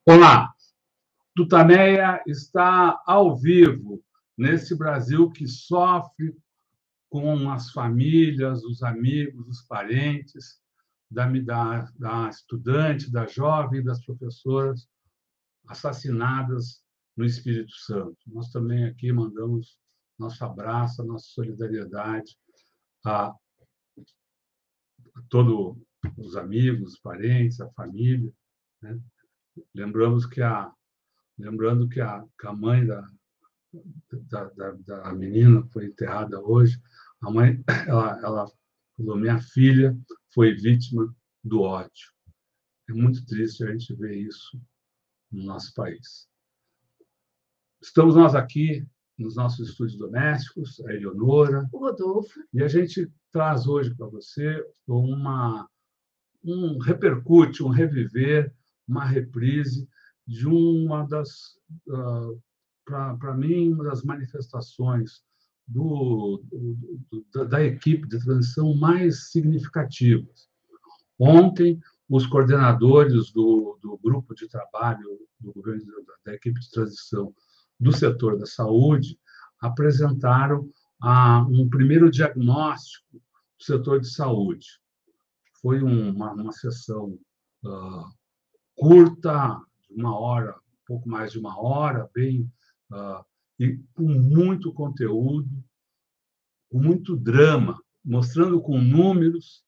Olá, Tutameia está ao vivo nesse Brasil que sofre com as famílias, os amigos, os parentes da estudante, da jovem, das professoras assassinadas no Espírito Santo. Nós também aqui mandamos nosso abraço, nossa solidariedade a todos os amigos, os parentes, a família, né? Lembrando que a mãe da menina foi enterrada hoje, a mãe, ela falou: minha filha foi vítima do ódio. É muito triste a gente ver isso no nosso país. Estamos nós aqui nos nossos estúdios domésticos, a Eleonora, o Rodolfo, e a gente traz hoje para você um reviver, uma reprise de uma das, para mim, uma das manifestações da equipe de transição mais significativas. Ontem, os coordenadores do grupo de trabalho do governo, da equipe de transição do setor da saúde, apresentaram um primeiro diagnóstico do setor de saúde. Foi uma sessão curta, de uma hora, um pouco mais de uma hora, e com muito conteúdo, com muito drama, mostrando com números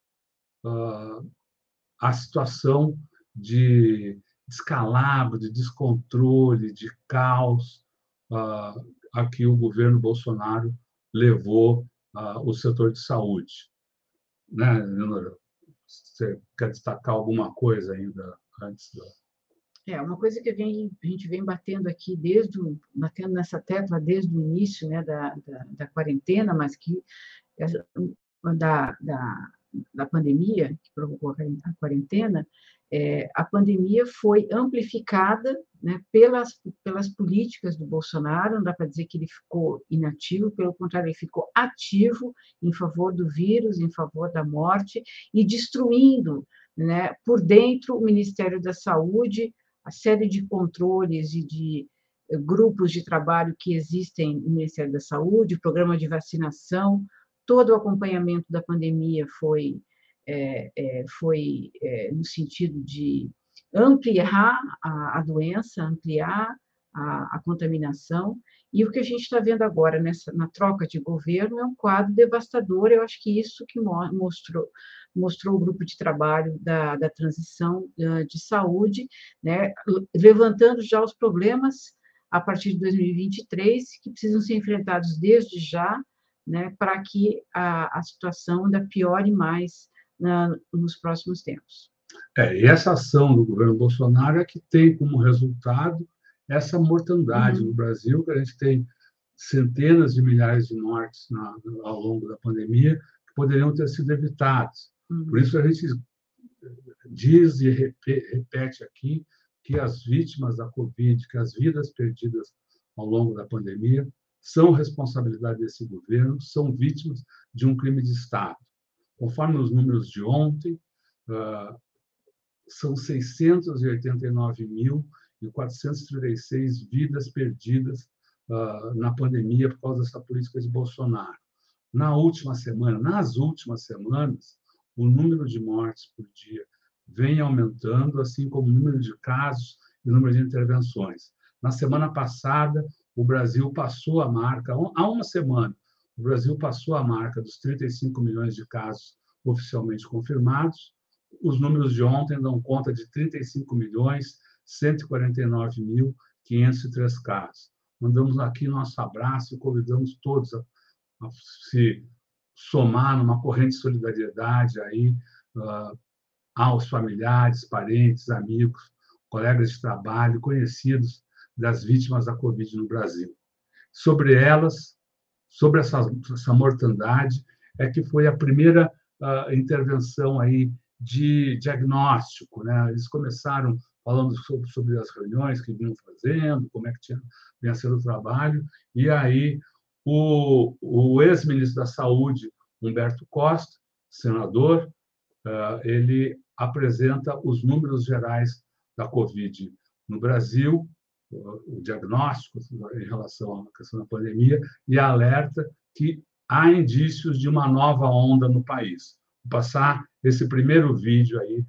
a situação de descalabro, de descontrole, de caos a que o governo Bolsonaro levou o setor de saúde. Né, Leonora? Você quer destacar alguma coisa ainda antes da... uma coisa que a gente vem batendo aqui batendo nessa tecla desde o início, né, da quarentena, mas que da pandemia, que provocou a quarentena, a pandemia foi amplificada, né, pelas políticas do Bolsonaro. Não dá para dizer que ele ficou inativo, pelo contrário, ele ficou ativo em favor do vírus, em favor da morte, e destruindo, né, por dentro o Ministério da Saúde, a série de controles e de grupos de trabalho que existem no Ministério da Saúde, o programa de vacinação, todo o acompanhamento da pandemia foi no sentido de ampliar a doença, ampliar a contaminação, e o que a gente está vendo agora na troca de governo é um quadro devastador. Eu acho que isso que mostrou o grupo de trabalho da transição de saúde, né, levantando já os problemas a partir de 2023, que precisam ser enfrentados desde já, né, para que a situação ainda piore mais nos próximos tempos. E essa ação do governo Bolsonaro é que tem como resultado essa mortandade no Brasil, que a gente tem centenas de milhares de mortes ao longo da pandemia que poderiam ter sido evitadas. Por isso a gente diz e repete aqui que as vítimas da Covid, que as vidas perdidas ao longo da pandemia são responsabilidade desse governo, são vítimas de um crime de Estado. Conforme os números de ontem, são 689.436 vidas perdidas na pandemia por causa dessa política de Bolsonaro. Nas últimas semanas, o número de mortes por dia vem aumentando, assim como o número de casos e o número de intervenções. Na semana passada, o Brasil passou a marca, há uma semana, o Brasil passou a marca dos 35 milhões de casos oficialmente confirmados. Os números de ontem dão conta de 35.149.503 casos. Mandamos aqui nosso abraço e convidamos todos a se somar numa corrente de solidariedade aí, aos familiares, parentes, amigos, colegas de trabalho, conhecidos das vítimas da Covid no Brasil. Sobre essa mortandade, é que foi a primeira intervenção aí de diagnóstico, né? Eles começaram falando sobre as reuniões que vinham fazendo, como é que vinha sendo o trabalho, e aí o ex-ministro da Saúde, Humberto Costa, senador, ele apresenta os números gerais da Covid no Brasil, o diagnóstico em relação à questão da pandemia e alerta que há indícios de uma nova onda no país. Vou passar esse primeiro vídeo aí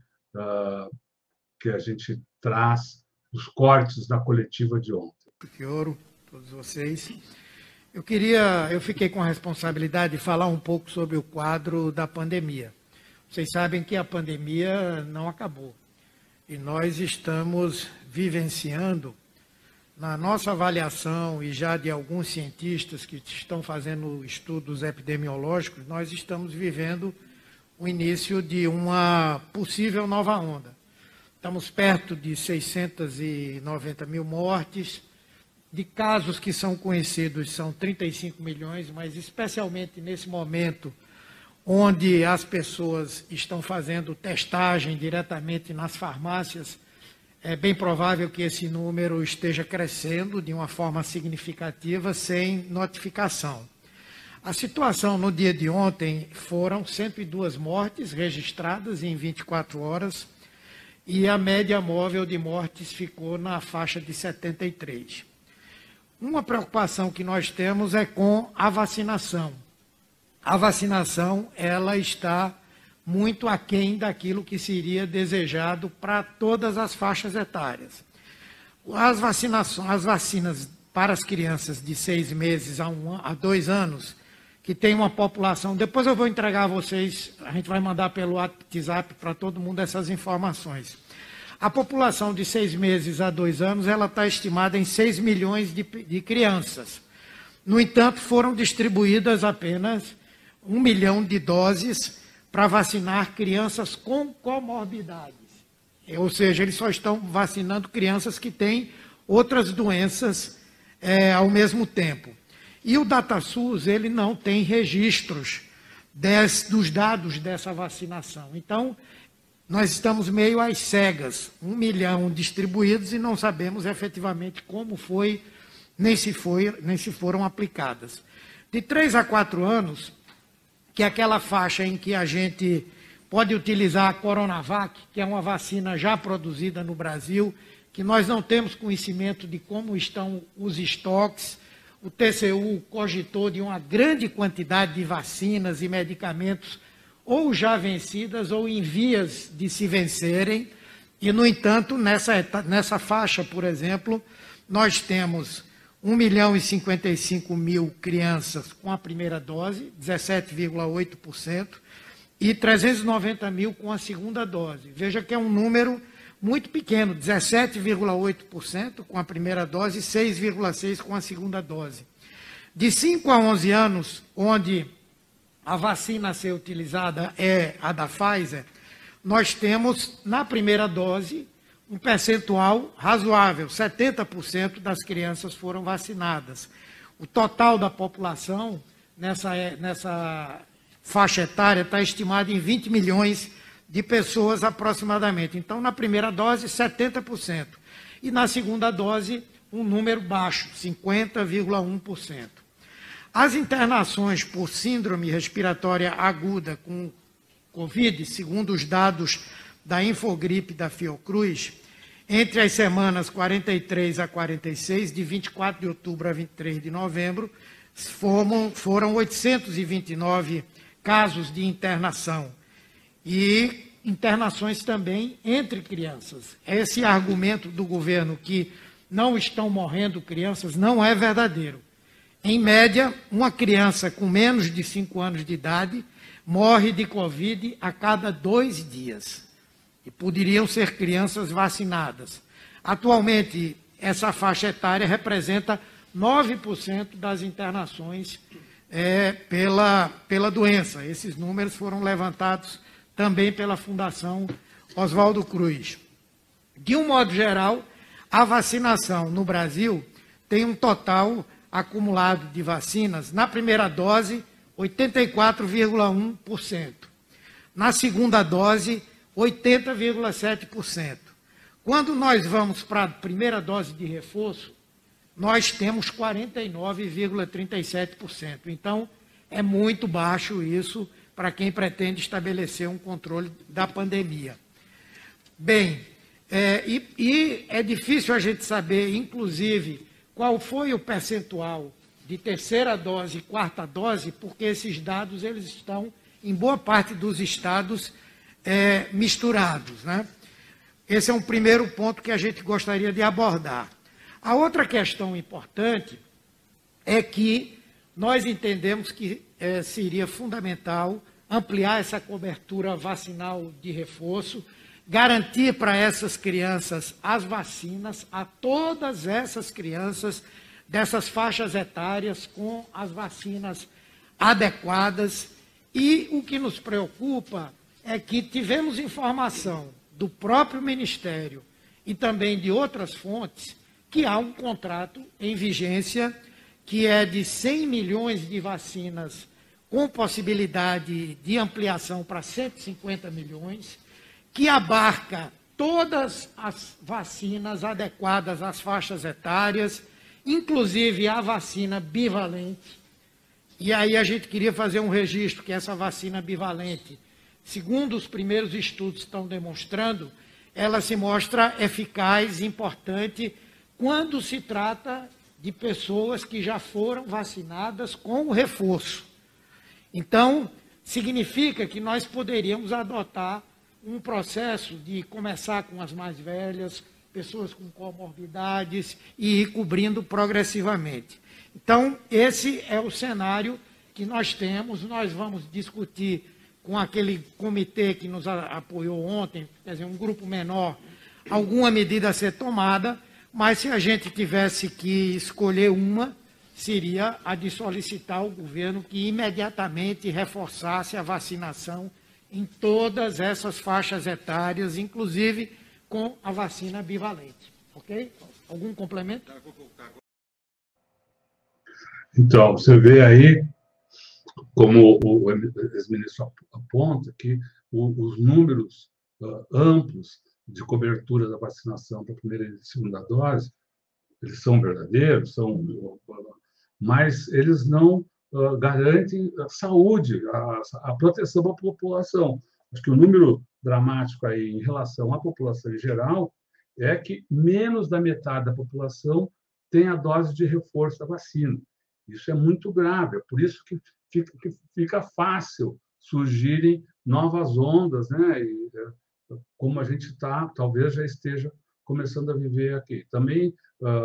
que a gente traz, os cortes da coletiva de ontem. Fioro, todos vocês. Eu fiquei com a responsabilidade de falar um pouco sobre o quadro da pandemia. Vocês sabem que a pandemia não acabou. E nós estamos vivenciando, na nossa avaliação e já de alguns cientistas que estão fazendo estudos epidemiológicos, nós estamos vivendo o início de uma possível nova onda. Estamos perto de 690 mil mortes, de casos que são conhecidos são 35 milhões, mas especialmente nesse momento onde as pessoas estão fazendo testagem diretamente nas farmácias, é bem provável que esse número esteja crescendo de uma forma significativa sem notificação. A situação no dia de ontem foram 102 mortes registradas em 24 horas e a média móvel de mortes ficou na faixa de 73. Uma preocupação que nós temos é com a vacinação. A vacinação, ela está muito aquém daquilo que seria desejado para todas as faixas etárias. As vacinas para as crianças de 6 meses a 2 anos, que tem uma população, depois eu vou entregar a vocês, a gente vai mandar pelo WhatsApp para todo mundo essas informações. A população de 6 meses a 2 anos, ela está estimada em 6 milhões de crianças. No entanto, foram distribuídas apenas 1 milhão de doses para vacinar crianças com comorbidades. Ou seja, eles só estão vacinando crianças que têm outras doenças ao mesmo tempo. E o DataSUS, ele não tem registros dos dados dessa vacinação. Então, nós estamos meio às cegas, 1 milhão distribuídos e não sabemos efetivamente como foi, nem se foram aplicadas. De 3 a 4 anos, que é aquela faixa em que a gente pode utilizar a Coronavac, que é uma vacina já produzida no Brasil, que nós não temos conhecimento de como estão os estoques. O TCU cogitou de uma grande quantidade de vacinas e medicamentos ou já vencidas ou em vias de se vencerem. E, no entanto, nessa faixa, por exemplo, nós temos 1 milhão e 55 mil crianças com a primeira dose, 17,8%, e 390 mil com a segunda dose. Veja que é um número muito pequeno, 17,8% com a primeira dose e 6,6% com a segunda dose. De 5 a 11 anos, onde a vacina a ser utilizada é a da Pfizer, nós temos, na primeira dose, um percentual razoável, 70% das crianças foram vacinadas. O total da população nessa faixa etária está estimado em 20 milhões de pessoas aproximadamente. Então, na primeira dose, 70%. E na segunda dose, um número baixo, 50,1%. As internações por síndrome respiratória aguda com Covid, segundo os dados da Infogripe da Fiocruz, entre as semanas 43 a 46, de 24 de outubro a 23 de novembro, foram 829 casos de internação. E internações também entre crianças. Esse argumento do governo que não estão morrendo crianças não é verdadeiro. Em média, uma criança com menos de 5 anos de idade morre de Covid a cada 2 dias. E poderiam ser crianças vacinadas. Atualmente, essa faixa etária representa 9% das internações pela doença. Esses números foram levantados também pela Fundação Oswaldo Cruz. De um modo geral, a vacinação no Brasil tem um total acumulado de vacinas, na primeira dose, 84,1%. Na segunda dose, 80,7%. Quando nós vamos para a primeira dose de reforço, nós temos 49,37%. Então, é muito baixo isso para quem pretende estabelecer um controle da pandemia. Bem, E é difícil a gente saber, inclusive, qual foi o percentual de terceira dose e quarta dose, porque esses dados eles estão, em boa parte dos estados, misturados, né? Esse é um primeiro ponto que a gente gostaria de abordar. A outra questão importante é que nós entendemos que seria fundamental ampliar essa cobertura vacinal de reforço, garantir para essas crianças as vacinas, a todas essas crianças dessas faixas etárias com as vacinas adequadas. E o que nos preocupa é que tivemos informação do próprio Ministério e também de outras fontes que há um contrato em vigência que é de 100 milhões de vacinas com possibilidade de ampliação para 150 milhões, que abarca todas as vacinas adequadas às faixas etárias, inclusive a vacina bivalente. E aí a gente queria fazer um registro que essa vacina bivalente, segundo os primeiros estudos estão demonstrando, ela se mostra eficaz e importante quando se trata de pessoas que já foram vacinadas com o reforço. Então, significa que nós poderíamos adotar um processo de começar com as mais velhas, pessoas com comorbidades e ir cobrindo progressivamente. Então, esse é o cenário que nós temos. Nós vamos discutir com aquele comitê que nos apoiou ontem, quer dizer, um grupo menor, alguma medida a ser tomada, mas se a gente tivesse que escolher uma, seria a de solicitar ao governo que imediatamente reforçasse a vacinação em todas essas faixas etárias, inclusive com a vacina bivalente. Ok? Algum complemento? Então, você vê aí, como o ex-ministro aponta, que os números amplos de cobertura da vacinação para a primeira e segunda dose, eles são verdadeiros, mas eles não garantem a saúde, a proteção da população. Acho que o número dramático aí em relação à população em geral é que menos da metade da população tem a dose de reforço da vacina. Isso é muito grave, é por isso que fica fácil surgirem novas ondas, né? E, como a gente talvez já esteja começando a viver aqui. Também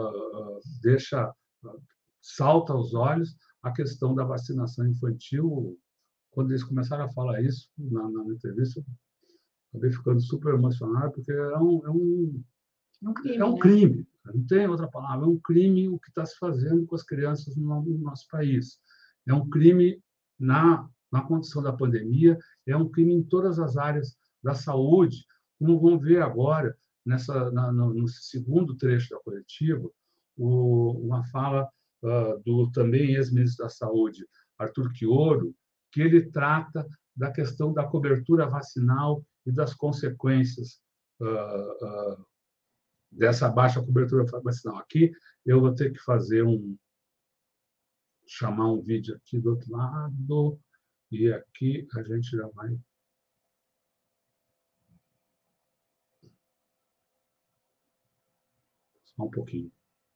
salta aos olhos a questão da vacinação infantil. Quando eles começaram a falar isso na entrevista, acabei ficando super emocionado, porque é um crime, não tem outra palavra, é um crime o que está se fazendo com as crianças no nosso país. É um crime na condição da pandemia, é um crime em todas as áreas da saúde, como vamos ver agora, no segundo trecho da coletiva, uma fala do também ex-ministro da Saúde, Arthur Quioro, que ele trata da questão da cobertura vacinal e das consequências dessa baixa cobertura vacinal. Aqui eu vou ter que chamar um vídeo aqui do outro lado, e aqui a gente já vai... Só um pouquinho.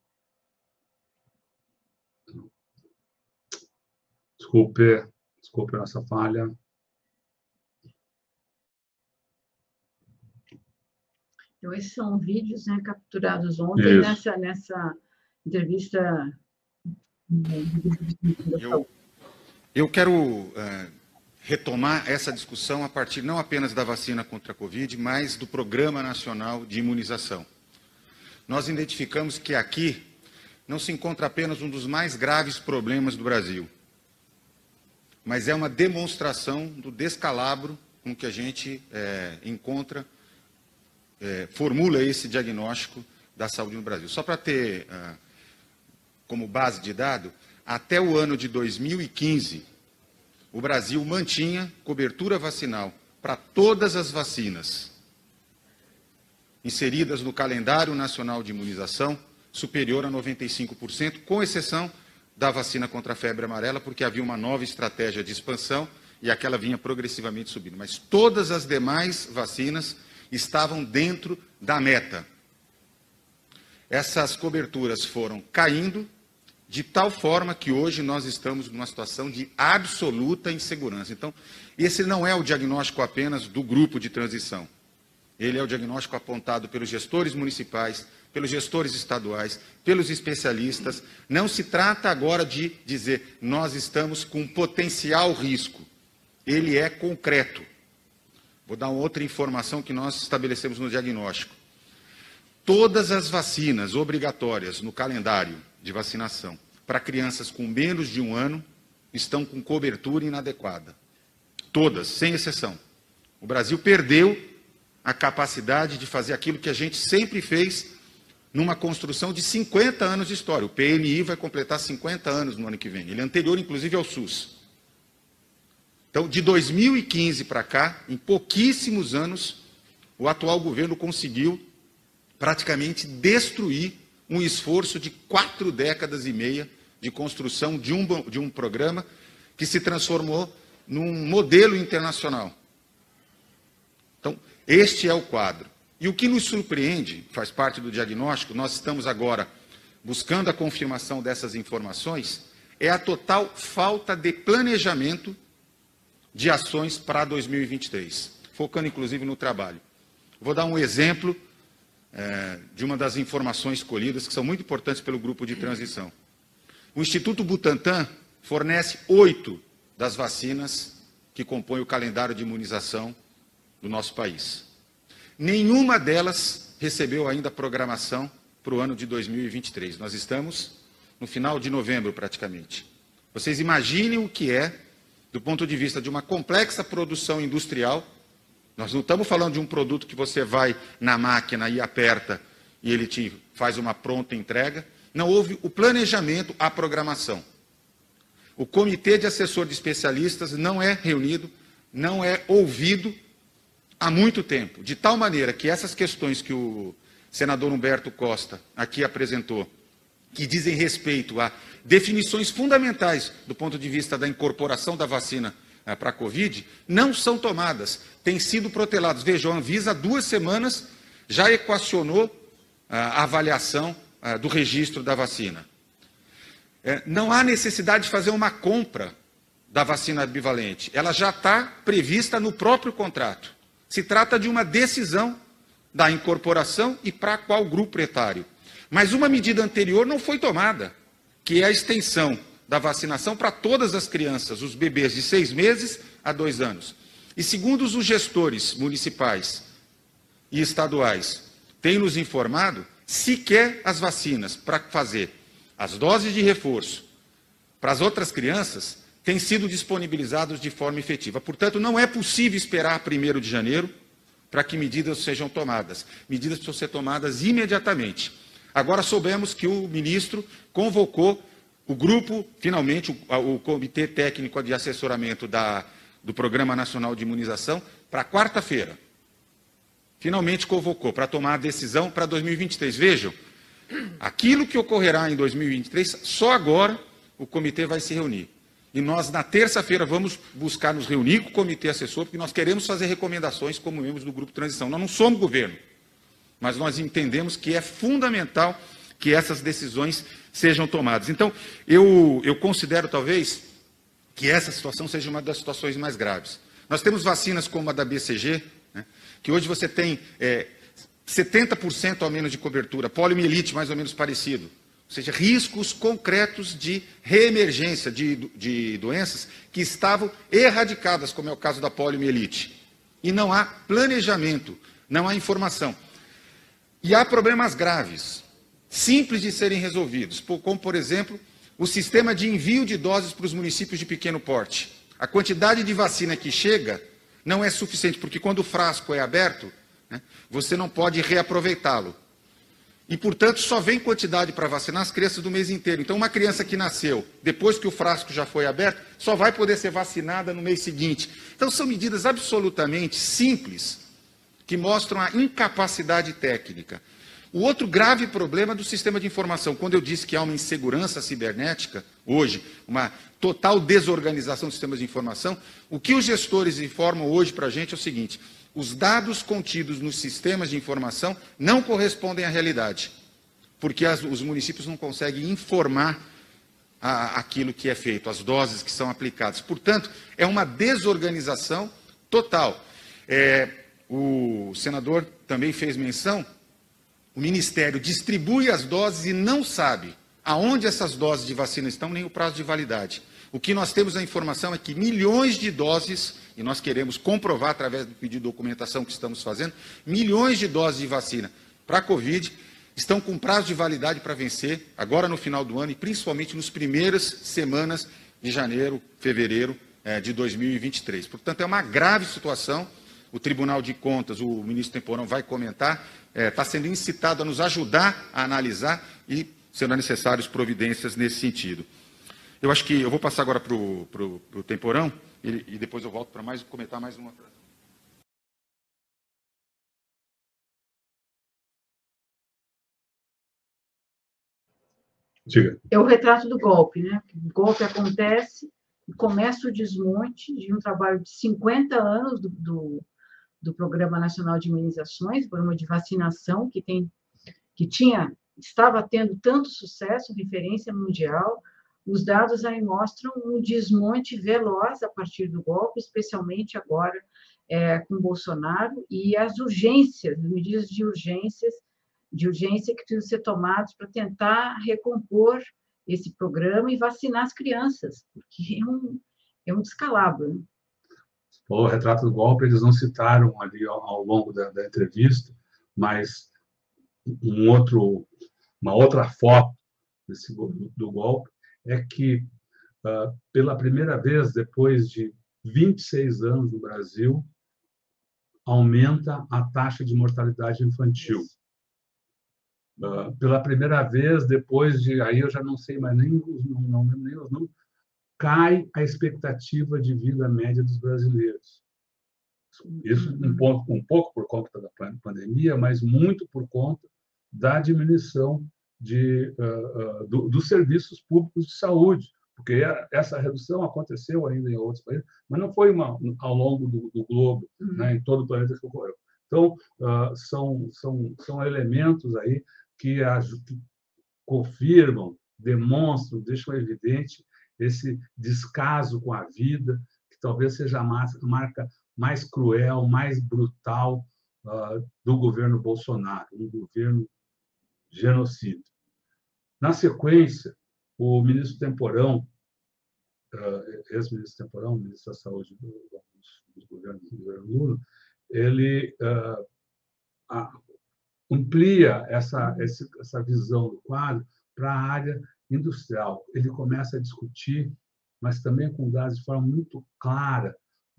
Desculpe essa falha. Então, esses são vídeos, né, capturados ontem nessa entrevista. Eu quero retomar essa discussão a partir não apenas da vacina contra a Covid, mas do Programa Nacional de Imunização. Nós identificamos que aqui não se encontra apenas um dos mais graves problemas do Brasil, mas é uma demonstração do descalabro com que a gente formula esse diagnóstico da saúde no Brasil. Só para ter como base de dado, até o ano de 2015, o Brasil mantinha cobertura vacinal para todas as vacinas inseridas no calendário nacional de imunização superior a 95%, com exceção da vacina contra a febre amarela, porque havia uma nova estratégia de expansão e aquela vinha progressivamente subindo. Mas todas as demais vacinas estavam dentro da meta. Essas coberturas foram caindo de tal forma que hoje nós estamos numa situação de absoluta insegurança. Então, esse não é o diagnóstico apenas do grupo de transição. Ele é o diagnóstico apontado pelos gestores municipais, pelos gestores estaduais, pelos especialistas. Não se trata agora de dizer, nós estamos com potencial risco. Ele é concreto. Vou dar uma outra informação que nós estabelecemos no diagnóstico. Todas as vacinas obrigatórias no calendário de vacinação para crianças com menos de 1 ano estão com cobertura inadequada. Todas, sem exceção. O Brasil perdeu a capacidade de fazer aquilo que a gente sempre fez numa construção de 50 anos de história. O PNI vai completar 50 anos no ano que vem. Ele é anterior, inclusive, ao SUS. Então, de 2015 para cá, em pouquíssimos anos, o atual governo conseguiu praticamente destruir um esforço de 4 décadas e meia de construção de um programa que se transformou num modelo internacional. Então, este é o quadro. E o que nos surpreende, faz parte do diagnóstico, nós estamos agora buscando a confirmação dessas informações, é a total falta de planejamento de ações para 2023, focando inclusive no trabalho. Vou dar um exemplo de uma das informações colhidas, que são muito importantes pelo grupo de transição. O Instituto Butantan fornece 8 das vacinas que compõem o calendário de imunização do nosso país. Nenhuma delas recebeu ainda a programação para o ano de 2023. Nós estamos no final de novembro, praticamente. Vocês imaginem o que é, do ponto de vista de uma complexa produção industrial. Nós não estamos falando de um produto que você vai na máquina e aperta e ele te faz uma pronta entrega. Não houve o planejamento, a programação. O comitê de assessor de especialistas não é reunido, não é ouvido há muito tempo, de tal maneira que essas questões que o senador Humberto Costa aqui apresentou, que dizem respeito a definições fundamentais do ponto de vista da incorporação da vacina para a Covid, não são tomadas, têm sido proteladas. Vejam, a Anvisa, há 2 semanas, já equacionou a avaliação do registro da vacina. Não há necessidade de fazer uma compra da vacina bivalente, ela já está prevista no próprio contrato. Se trata de uma decisão da incorporação e para qual grupo etário. Mas uma medida anterior não foi tomada, que é a extensão da vacinação para todas as crianças, os bebês de 6 meses a 2 anos. E segundo os gestores municipais e estaduais têm nos informado, sequer as vacinas para fazer as doses de reforço para as outras crianças têm sido disponibilizados de forma efetiva. Portanto, não é possível esperar 1º de janeiro para que medidas sejam tomadas. Medidas precisam ser tomadas imediatamente. Agora soubemos que o ministro convocou o grupo, finalmente, o Comitê Técnico de Assessoramento do Programa Nacional de Imunização, para quarta-feira. Finalmente convocou para tomar a decisão para 2023. Vejam, aquilo que ocorrerá em 2023, só agora o comitê vai se reunir. E nós, na terça-feira, vamos buscar nos reunir com o comitê assessor, porque nós queremos fazer recomendações como membros do Grupo de Transição. Nós não somos governo, mas nós entendemos que é fundamental que essas decisões sejam tomadas. Então, eu considero, talvez, que essa situação seja uma das situações mais graves. Nós temos vacinas como a da BCG, né, que hoje você tem 70% ao menos de cobertura, poliomielite mais ou menos parecido. Ou seja, riscos concretos de reemergência de doenças que estavam erradicadas, como é o caso da poliomielite. E não há planejamento, não há informação. E há problemas graves, simples de serem resolvidos, como, por exemplo, o sistema de envio de doses para os municípios de pequeno porte. A quantidade de vacina que chega não é suficiente, porque quando o frasco é aberto, né, você não pode reaproveitá-lo. E, portanto, só vem quantidade para vacinar as crianças do mês inteiro. Então, uma criança que nasceu depois que o frasco já foi aberto, só vai poder ser vacinada no mês seguinte. Então, são medidas absolutamente simples, que mostram a incapacidade técnica. O outro grave problema do sistema de informação, quando eu disse que há uma insegurança cibernética, hoje, uma total desorganização dos sistemas de informação, o que os gestores informam hoje para a gente é o seguinte: Os dados contidos nos sistemas de informação não correspondem à realidade, porque os municípios não conseguem informar aquilo que é feito, as doses que são aplicadas. Portanto, é uma desorganização total. O senador também fez menção, o Ministério distribui as doses e não sabe aonde essas doses de vacina estão, nem o prazo de validade. O que nós temos a informação é que milhões de doses, e nós queremos comprovar através do pedido de documentação que estamos fazendo, milhões de doses de vacina para a Covid estão com prazo de validade para vencer, agora no final do ano e principalmente nas primeiras semanas de janeiro, fevereiro de 2023. Portanto, é uma grave situação. O Tribunal de Contas, o ministro Temporão vai comentar, está sendo incitado a nos ajudar a analisar e serão necessárias providências nesse sentido. Eu acho que eu vou passar agora para o Temporão e depois eu volto para comentar mais uma frase. Diga. É o retrato do golpe, né? O golpe acontece e começa o desmonte de um trabalho de 50 anos do Programa Nacional de Imunizações, programa de vacinação estava tendo tanto sucesso, referência mundial. Os dados aí mostram um desmonte veloz a partir do golpe, especialmente agora com Bolsonaro, e as urgências, as medidas de urgência que precisam ser tomadas para tentar recompor esse programa e vacinar as crianças, porque é um descalabro. Né? O retrato do golpe, eles não citaram ali ao longo da entrevista, mas uma outra foto do golpe é que, pela primeira vez, depois de 26 anos no Brasil, aumenta a taxa de mortalidade infantil. Pela primeira vez, depois de... Aí eu já não sei mais nem os números, cai a expectativa de vida média dos brasileiros. Isso um pouco por conta da pandemia, mas muito por conta da diminuição dos serviços públicos de saúde, porque essa redução aconteceu ainda em outros países, mas não foi ao longo do globo, né, em todo o planeta que ocorreu. Então, são elementos aí que confirmam, demonstram, deixam evidente esse descaso com a vida, que talvez seja a marca mais cruel, mais brutal do governo Bolsonaro, um governo genocida. Na sequência, o ministro Temporão, ex-ministro Temporão, ministro da Saúde do governo Lula, ele amplia essa visão do quadro para a área industrial. Ele começa a discutir, mas também com dados de forma muito clara,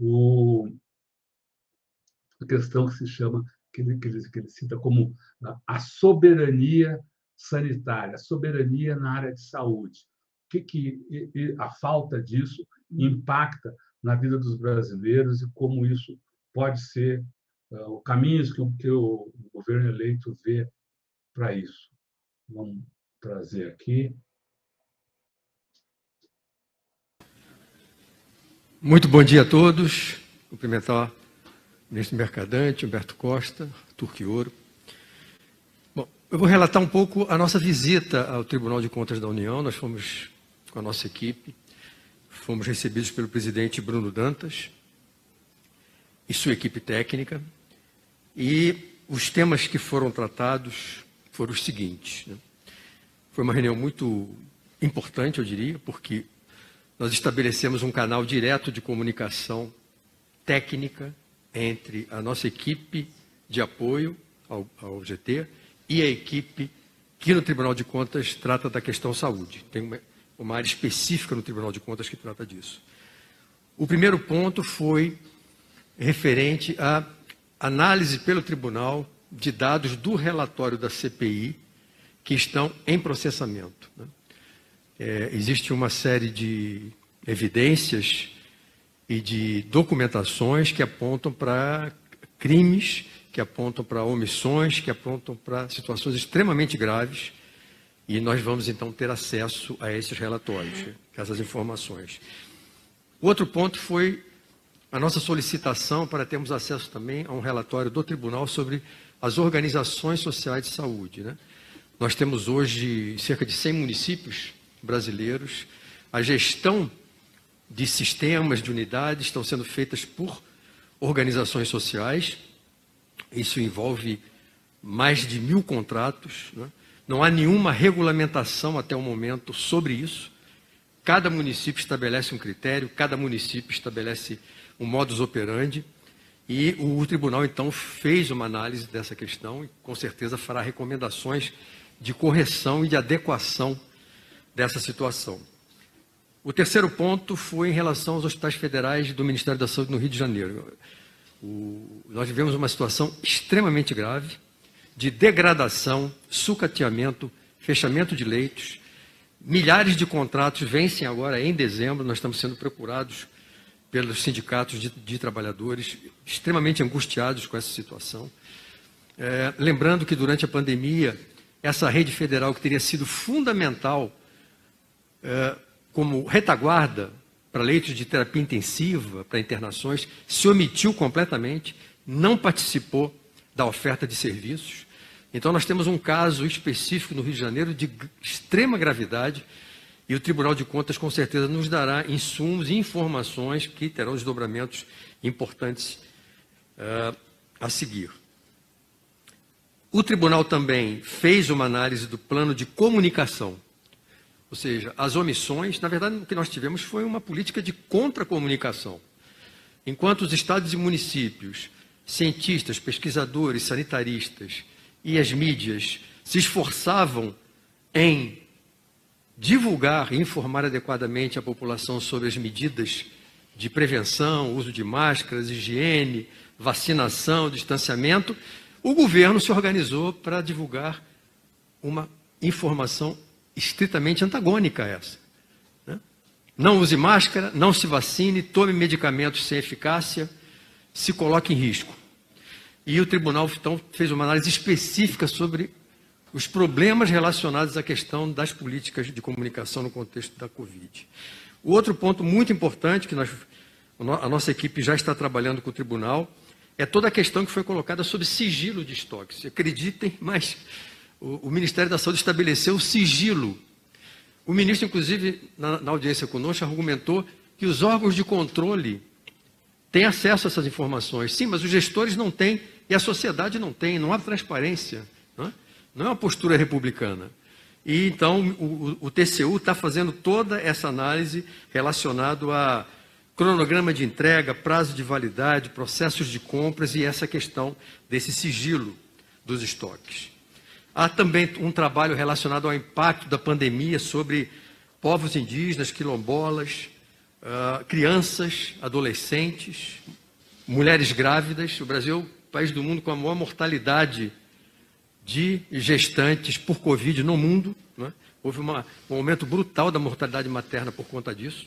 a questão que se chama, que ele cita como a soberania sanitária, a soberania na área de saúde. O que a falta disso impacta na vida dos brasileiros e como isso pode ser o caminho que o governo eleito vê para isso. Vamos trazer aqui. Muito bom dia a todos. Cumprimentar o ministro Mercadante, Humberto Costa, Turquioro. Bom, eu vou relatar um pouco a nossa visita ao Tribunal de Contas da União. Nós fomos com a nossa equipe, fomos recebidos pelo presidente Bruno Dantas e sua equipe técnica, e os temas que foram tratados foram os seguintes. Né? Foi uma reunião muito importante, eu diria, porque nós estabelecemos um canal direto de comunicação técnica entre a nossa equipe de apoio ao GT e a equipe que no Tribunal de Contas trata da questão saúde. Tem uma área específica no Tribunal de Contas que trata disso. O primeiro ponto foi referente à análise pelo tribunal de dados do relatório da CPI que estão em processamento. Né? Existe uma série de evidências e de documentações que apontam para crimes, que apontam para omissões, que apontam para situações extremamente graves, e nós vamos então ter acesso a esses relatórios, a essas informações. O outro ponto foi a nossa solicitação para termos acesso também a um relatório do Tribunal sobre as organizações sociais de saúde, né? Nós temos hoje cerca de 100 municípios brasileiros. A gestão de sistemas, de unidades, estão sendo feitas por organizações sociais. Isso envolve mais de 1000 contratos, né? Não há nenhuma regulamentação até o momento sobre isso. Cada município estabelece um critério, cada município estabelece um modus operandi, e o tribunal, então, fez uma análise dessa questão e, com certeza, fará recomendações de correção e de adequação dessa situação. O terceiro ponto foi em relação aos hospitais federais do Ministério da Saúde no Rio de Janeiro. Nós vivemos uma situação extremamente grave de degradação, sucateamento, fechamento de leitos. Milhares de contratos vencem agora em dezembro. Nós estamos sendo procurados pelos sindicatos de trabalhadores, extremamente angustiados com essa situação. Lembrando que durante a pandemia, essa rede federal que teria sido fundamental como retaguarda para leitos de terapia intensiva, para internações, se omitiu completamente, não participou da oferta de serviços. Então, nós temos um caso específico no Rio de Janeiro de extrema gravidade, e o Tribunal de Contas, com certeza, nos dará insumos e informações que terão desdobramentos importantes a seguir. O Tribunal também fez uma análise do plano de comunicação, ou seja, as omissões. Na verdade, o que nós tivemos foi uma política de contra-comunicação. Enquanto os estados e municípios, cientistas, pesquisadores, sanitaristas e as mídias se esforçavam em divulgar e informar adequadamente a população sobre as medidas de prevenção, uso de máscaras, higiene, vacinação, distanciamento, o governo se organizou para divulgar uma informação estritamente antagônica a essa, né? Não use máscara, não se vacine, tome medicamentos sem eficácia, se coloque em risco. E o tribunal, então, fez uma análise específica sobre os problemas relacionados à questão das políticas de comunicação no contexto da Covid. O outro ponto muito importante que a nossa equipe já está trabalhando com o tribunal é toda a questão que foi colocada sobre sigilo de estoques. Acreditem, mas o Ministério da Saúde estabeleceu o sigilo. O ministro, inclusive, na audiência conosco, argumentou que os órgãos de controle têm acesso a essas informações. Sim, mas os gestores não têm e a sociedade não tem, não há transparência, não é? Não é uma postura republicana. E então o TCU está fazendo toda essa análise relacionada a cronograma de entrega, prazo de validade, processos de compras e essa questão desse sigilo dos estoques. Há também um trabalho relacionado ao impacto da pandemia sobre povos indígenas, quilombolas, crianças, adolescentes, mulheres grávidas. O Brasil é o país do mundo com a maior mortalidade de gestantes por Covid no mundo, né? Houve um aumento brutal da mortalidade materna por conta disso.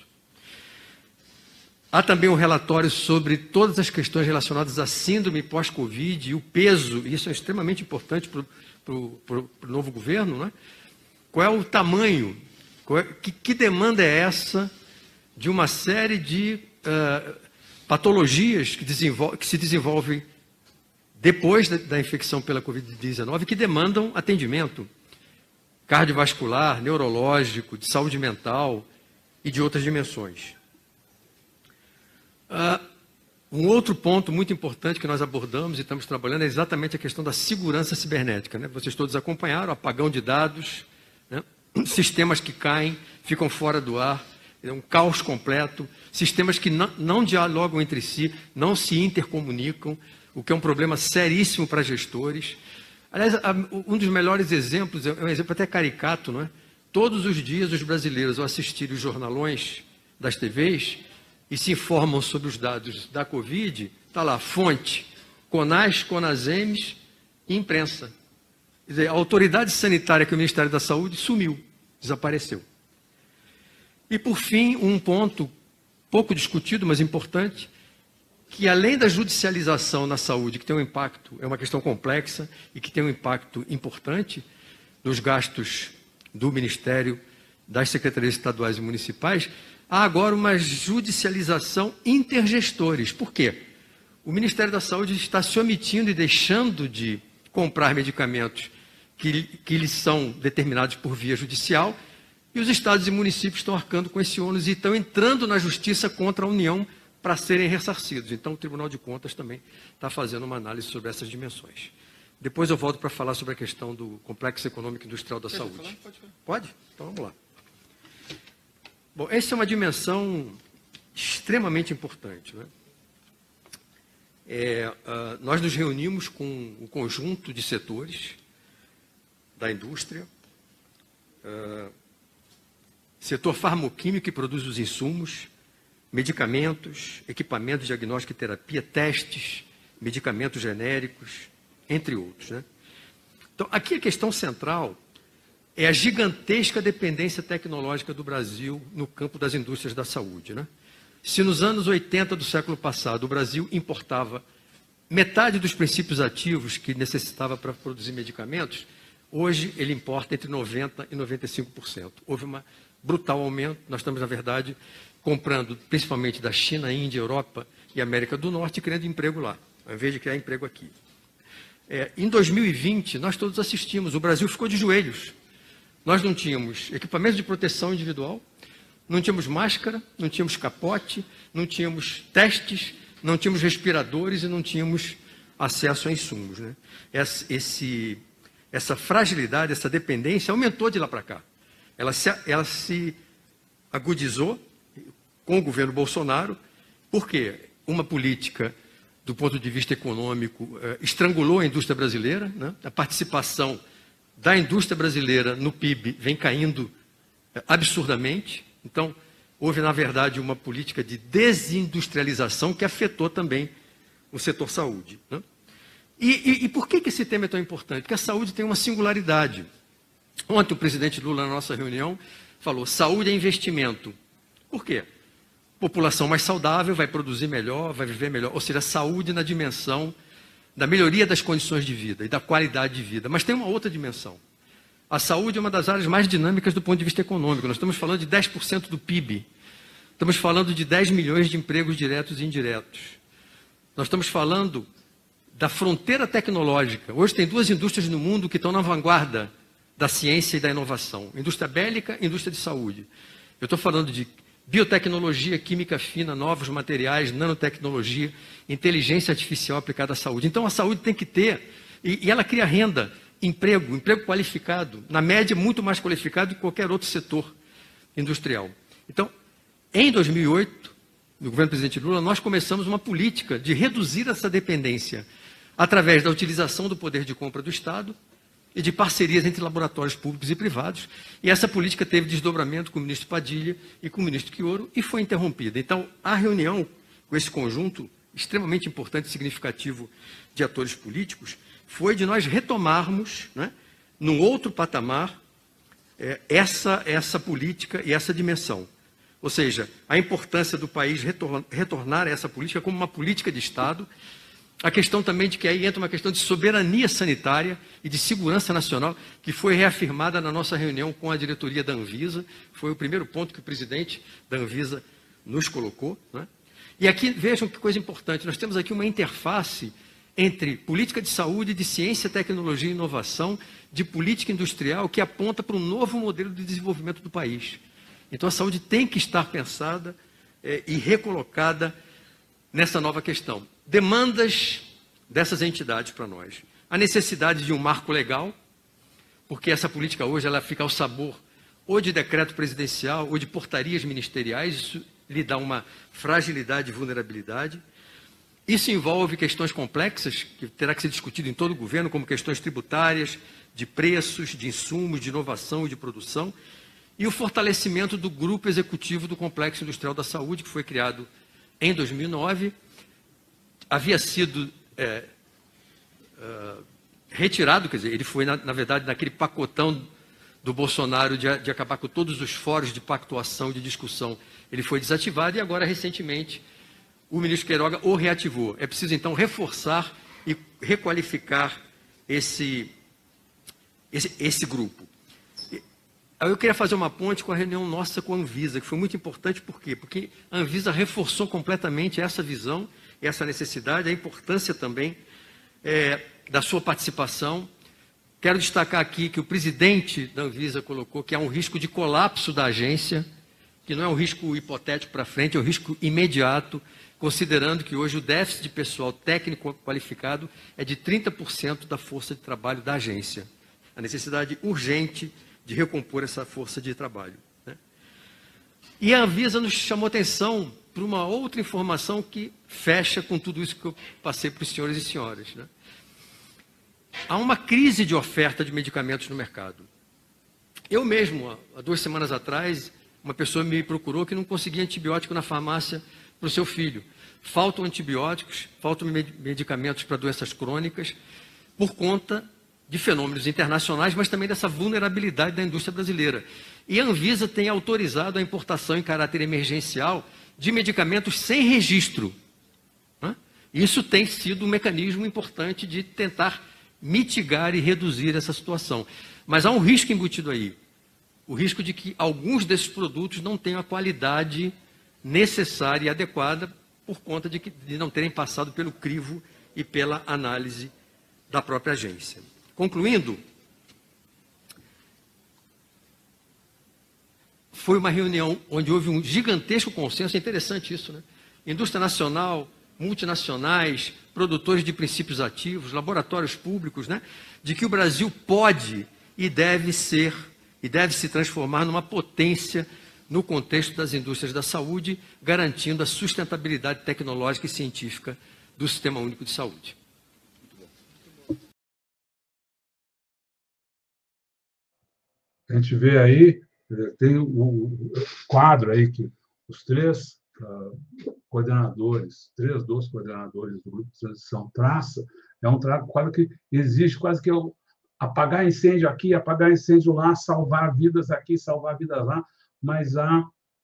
Há também um relatório sobre todas as questões relacionadas à síndrome pós-Covid e o peso, e isso é extremamente importante para o novo governo, né? Qual é o tamanho, que demanda é essa de uma série de patologias que se desenvolvem depois da infecção pela Covid-19, que demandam atendimento cardiovascular, neurológico, de saúde mental e de outras dimensões. Um outro ponto muito importante que nós abordamos e estamos trabalhando é exatamente a questão da segurança cibernética, né? Vocês todos acompanharam, apagão de dados, né? Sistemas que caem, ficam fora do ar, é um caos completo, sistemas que não dialogam entre si, não se intercomunicam, o que é um problema seríssimo para gestores. Aliás, um dos melhores exemplos, é um exemplo até caricato, não é? Todos os dias os brasileiros, ao assistirem os jornalões das TVs e se informam sobre os dados da Covid, está lá, fonte, CONAS, CONASEMES e imprensa. Quer dizer, a autoridade sanitária que é o Ministério da Saúde sumiu, desapareceu. E, por fim, um ponto pouco discutido, mas importante, que além da judicialização na saúde, que tem um impacto, é uma questão complexa e que tem um impacto importante nos gastos do Ministério das secretarias estaduais e municipais, há agora uma judicialização intergestores. Por quê? O Ministério da Saúde está se omitindo e deixando de comprar medicamentos que lhes são determinados por via judicial, e os estados e municípios estão arcando com esse ônus e estão entrando na justiça contra a União para serem ressarcidos. Então, o Tribunal de Contas também está fazendo uma análise sobre essas dimensões. Depois eu volto para falar sobre a questão do Complexo Econômico e Industrial da Saúde. Pode? Então, vamos lá. Bom, essa é uma dimensão extremamente importante, né? Nós nos reunimos com o conjunto de setores da indústria, setor farmacêutico que produz os insumos, medicamentos, equipamentos de diagnóstico e terapia, testes, medicamentos genéricos, entre outros, né? Então, aqui a questão central é a gigantesca dependência tecnológica do Brasil no campo das indústrias da saúde, né? Se nos anos 80 do século passado o Brasil importava metade dos princípios ativos que necessitava para produzir medicamentos, hoje ele importa entre 90% e 95%. Houve um brutal aumento. Nós estamos, na verdade, comprando principalmente da China, Índia, Europa e América do Norte e criando emprego lá, ao invés de criar emprego aqui. Em 2020, nós todos assistimos, o Brasil ficou de joelhos. Nós não tínhamos equipamento de proteção individual, não tínhamos máscara, não tínhamos capote, não tínhamos testes, não tínhamos respiradores e não tínhamos acesso a insumos, né? Essa fragilidade, essa dependência aumentou de lá para cá. Ela se agudizou com o governo Bolsonaro. Por quê? Uma política, do ponto de vista econômico, estrangulou a indústria brasileira, né? A participação da indústria brasileira no PIB vem caindo absurdamente. Então, houve, na verdade, uma política de desindustrialização que afetou também o setor saúde, né? E por que esse tema é tão importante? Porque a saúde tem uma singularidade. Ontem o presidente Lula, na nossa reunião, falou: saúde é investimento. Por quê? População mais saudável vai produzir melhor, vai viver melhor. Ou seja, saúde na dimensão da melhoria das condições de vida e da qualidade de vida. Mas tem uma outra dimensão. A saúde é uma das áreas mais dinâmicas do ponto de vista econômico. Nós estamos falando de 10% do PIB. Estamos falando de 10 milhões de empregos diretos e indiretos. Nós estamos falando da fronteira tecnológica. Hoje tem duas indústrias no mundo que estão na vanguarda da ciência e da inovação. Indústria bélica e indústria de saúde. Eu estou falando de biotecnologia, química fina, novos materiais, nanotecnologia, inteligência artificial aplicada à saúde. Então a saúde tem que ter, e ela cria renda, emprego qualificado, na média muito mais qualificado que qualquer outro setor industrial. Então, em 2008, no governo do presidente Lula, nós começamos uma política de reduzir essa dependência através da utilização do poder de compra do Estado e de parcerias entre laboratórios públicos e privados. E essa política teve desdobramento com o ministro Padilha e com o ministro Quioro e foi interrompida. Então, a reunião com esse conjunto extremamente importante e significativo de atores políticos foi de nós retomarmos, né, num outro patamar, essa política e essa dimensão. Ou seja, a importância do país retornar a essa política como uma política de Estado. A questão também de que aí entra uma questão de soberania sanitária e de segurança nacional, que foi reafirmada na nossa reunião com a diretoria da Anvisa. Foi o primeiro ponto que o presidente da Anvisa nos colocou, né? E aqui, vejam que coisa importante, nós temos aqui uma interface entre política de saúde, de ciência, tecnologia e inovação, de política industrial, que aponta para um novo modelo de desenvolvimento do país. Então, a saúde tem que estar pensada e recolocada nessa nova questão. Demandas dessas entidades para nós. A necessidade de um marco legal, porque essa política hoje ela fica ao sabor ou de decreto presidencial ou de portarias ministeriais, isso lhe dá uma fragilidade e vulnerabilidade. Isso envolve questões complexas, que terá que ser discutido em todo o governo, como questões tributárias, de preços, de insumos, de inovação e de produção, e o fortalecimento do Grupo Executivo do Complexo Industrial da Saúde, que foi criado em 2009, havia sido retirado, quer dizer, ele foi, na verdade, naquele pacotão do Bolsonaro de acabar com todos os fóruns de pactuação, de discussão, ele foi desativado e agora, recentemente, o ministro Queiroga o reativou. É preciso, então, reforçar e requalificar esse grupo. Aí eu queria fazer uma ponte com a reunião nossa com a Anvisa, que foi muito importante, por quê? Porque a Anvisa reforçou completamente essa visão, essa necessidade, a importância também da sua participação. Quero destacar aqui que o presidente da Anvisa colocou que há um risco de colapso da agência, que não é um risco hipotético para frente, é um risco imediato, considerando que hoje o déficit de pessoal técnico qualificado é de 30% da força de trabalho da agência. A necessidade urgente de recompor essa força de trabalho, né? E a Anvisa nos chamou atenção para uma outra informação que fecha com tudo isso que eu passei para os senhores e senhoras, né? Há uma crise de oferta de medicamentos no mercado. Eu mesmo, há 2 semanas atrás, uma pessoa me procurou que não conseguia antibiótico na farmácia para o seu filho. Faltam antibióticos, faltam medicamentos para doenças crônicas, por conta de fenômenos internacionais, mas também dessa vulnerabilidade da indústria brasileira. E a Anvisa tem autorizado a importação em caráter emergencial de medicamentos sem registro, né? Isso tem sido um mecanismo importante de tentar mitigar e reduzir essa situação. Mas há um risco embutido aí. O risco de que alguns desses produtos não tenham a qualidade necessária e adequada por conta de não terem passado pelo crivo e pela análise da própria agência. Concluindo, foi uma reunião onde houve um gigantesco consenso, é interessante isso, né? Indústria nacional, multinacionais, produtores de princípios ativos, laboratórios públicos, né? De que o Brasil pode e deve se transformar numa potência no contexto das indústrias da saúde, garantindo a sustentabilidade tecnológica e científica do Sistema Único de Saúde. A gente vê aí, tem um quadro aí que os 3 coordenadores, 3 dos coordenadores do Grupo de Transição traça, é um quadro que exige quase que apagar incêndio aqui, apagar incêndio lá, salvar vidas aqui, salvar vidas lá, mas há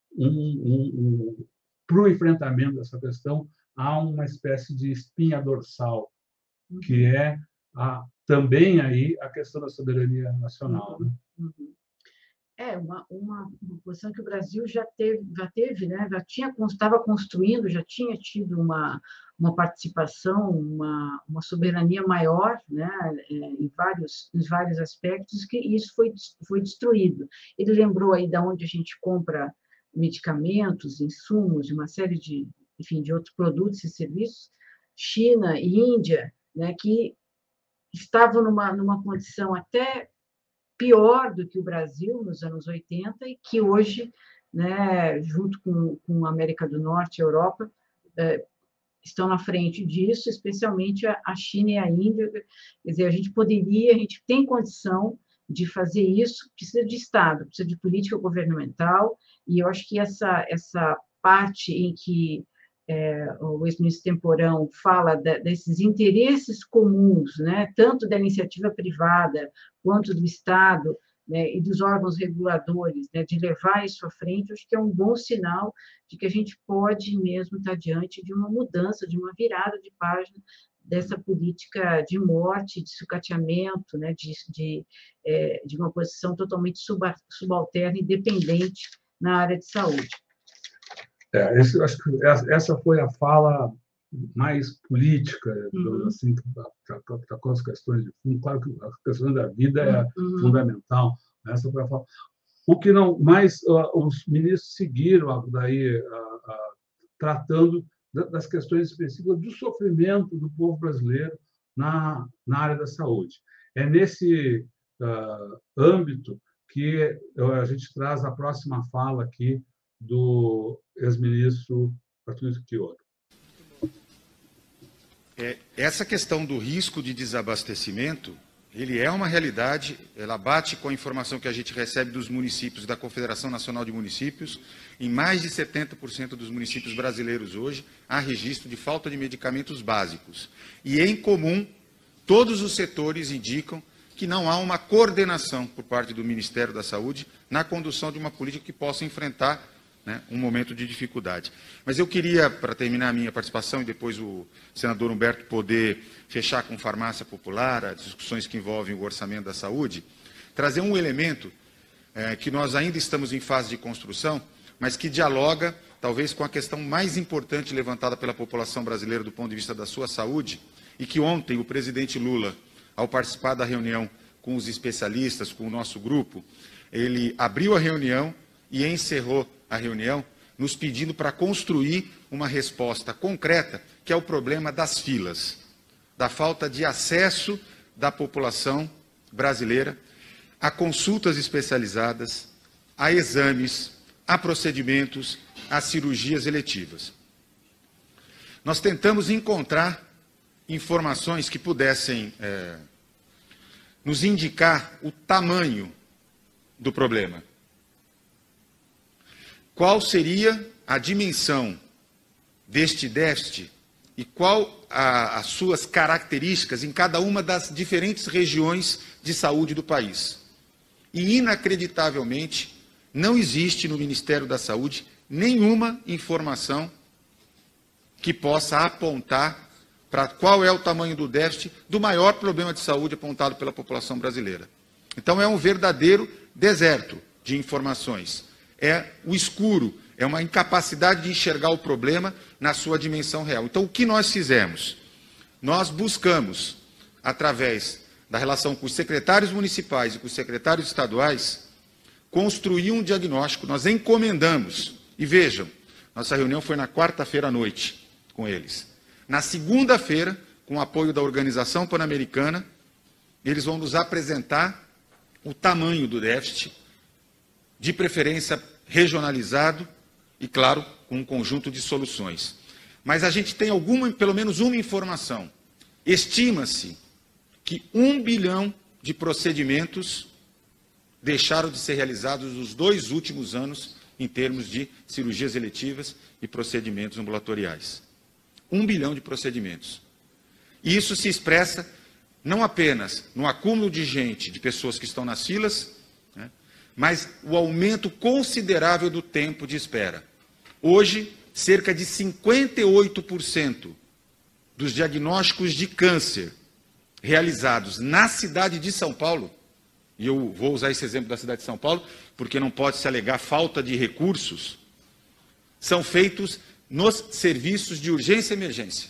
para o enfrentamento dessa questão, há uma espécie de espinha dorsal, que é também aí a questão da soberania nacional, né? É uma posição que o Brasil já teve, né? Estava construindo, já tinha tido uma participação, uma soberania maior, né? Em vários aspectos, que isso foi destruído. Ele lembrou aí de onde a gente compra medicamentos, insumos, uma série de outros produtos e serviços, China e Índia, né? Que estavam numa condição até pior do que o Brasil nos anos 80 e que hoje, né, junto com a América do Norte e a Europa, estão na frente disso, especialmente a China e a Índia. Quer dizer, a gente tem condição de fazer isso, precisa de Estado, precisa de política governamental, e eu acho que essa parte em que o ex-ministro Temporão fala desses interesses comuns, né, tanto da iniciativa privada quanto do Estado, né, e dos órgãos reguladores, né, de levar isso à frente, acho que é um bom sinal de que a gente pode mesmo estar diante de uma mudança, de uma virada de página dessa política de morte, de sucateamento, né, de uma posição totalmente subalterna e dependente na área de saúde. Acho que essa foi a fala mais política, assim, com as questões de fundo. Claro que a questão da vida é fundamental. Essa foi a fala. O que não, mas os ministros seguiram daí tratando das questões específicas do sofrimento do povo brasileiro na área da saúde. É nesse âmbito que a gente traz a próxima fala aqui do ex-ministro Arthur Quioro. Essa questão do risco de desabastecimento, ele é uma realidade, ela bate com a informação que a gente recebe dos municípios, da Confederação Nacional de Municípios. Em mais de 70% dos municípios brasileiros hoje, há registro de falta de medicamentos básicos. E, em comum, todos os setores indicam que não há uma coordenação por parte do Ministério da Saúde na condução de uma política que possa enfrentar, né, um momento de dificuldade. Mas eu queria, para terminar a minha participação, e depois o senador Humberto poder fechar com farmácia popular, as discussões que envolvem o orçamento da saúde, trazer um elemento que nós ainda estamos em fase de construção, mas que dialoga, talvez, com a questão mais importante levantada pela população brasileira do ponto de vista da sua saúde, e que ontem o presidente Lula, ao participar da reunião com os especialistas, com o nosso grupo, ele abriu a reunião e encerrou a reunião nos pedindo para construir uma resposta concreta, que é o problema das filas, da falta de acesso da população brasileira a consultas especializadas, a exames, a procedimentos, a cirurgias eletivas. Nós tentamos encontrar informações que pudessem nos indicar o tamanho do problema. Qual seria a dimensão deste déficit e qual as suas características em cada uma das diferentes regiões de saúde do país. E, inacreditavelmente, não existe no Ministério da Saúde nenhuma informação que possa apontar para qual é o tamanho do déficit do maior problema de saúde apontado pela população brasileira. Então, é um verdadeiro deserto de informações. É o escuro, é uma incapacidade de enxergar o problema na sua dimensão real. Então, o que nós fizemos? Nós buscamos, através da relação com os secretários municipais e com os secretários estaduais, construir um diagnóstico. Nós encomendamos. E vejam, nossa reunião foi na quarta-feira à noite com eles. Na segunda-feira, com o apoio da Organização Pan-Americana, eles vão nos apresentar o tamanho do déficit, de preferência regionalizado e, claro, com um conjunto de soluções. Mas a gente tem pelo menos uma informação. Estima-se que 1 bilhão de procedimentos deixaram de ser realizados nos 2 últimos anos em termos de cirurgias eletivas e procedimentos ambulatoriais. 1 bilhão de procedimentos. E isso se expressa não apenas no acúmulo de gente, de pessoas que estão nas filas, né, mas o aumento considerável do tempo de espera. Hoje, cerca de 58% dos diagnósticos de câncer realizados na cidade de São Paulo, e eu vou usar esse exemplo da cidade de São Paulo, porque não pode se alegar falta de recursos, são feitos nos serviços de urgência e emergência.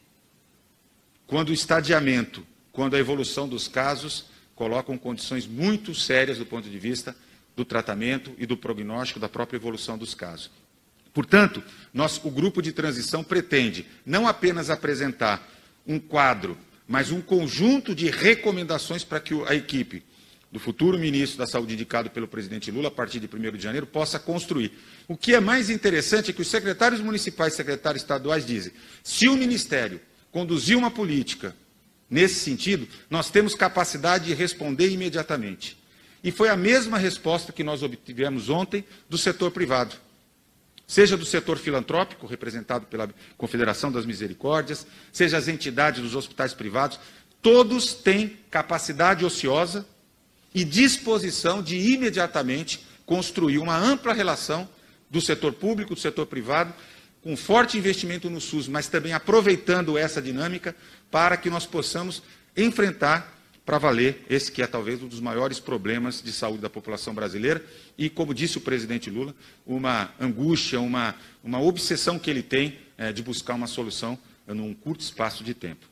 Quando o estadiamento, quando a evolução dos casos colocam condições muito sérias do ponto de vista do tratamento e do prognóstico da própria evolução dos casos. Portanto, o grupo de transição pretende não apenas apresentar um quadro, mas um conjunto de recomendações para que a equipe do futuro ministro da Saúde indicado pelo presidente Lula, a partir de 1º de janeiro, possa construir. O que é mais interessante é que os secretários municipais e secretários estaduais dizem: se o Ministério conduzir uma política nesse sentido, nós temos capacidade de responder imediatamente. E foi a mesma resposta que nós obtivemos ontem do setor privado. Seja do setor filantrópico, representado pela Confederação das Misericórdias, seja as entidades dos hospitais privados, todos têm capacidade ociosa e disposição de imediatamente construir uma ampla relação do setor público, do setor privado, com forte investimento no SUS, mas também aproveitando essa dinâmica para que nós possamos enfrentar para valer esse que é talvez um dos maiores problemas de saúde da população brasileira e, como disse o presidente Lula, uma angústia, uma obsessão que ele tem de buscar uma solução num curto espaço de tempo.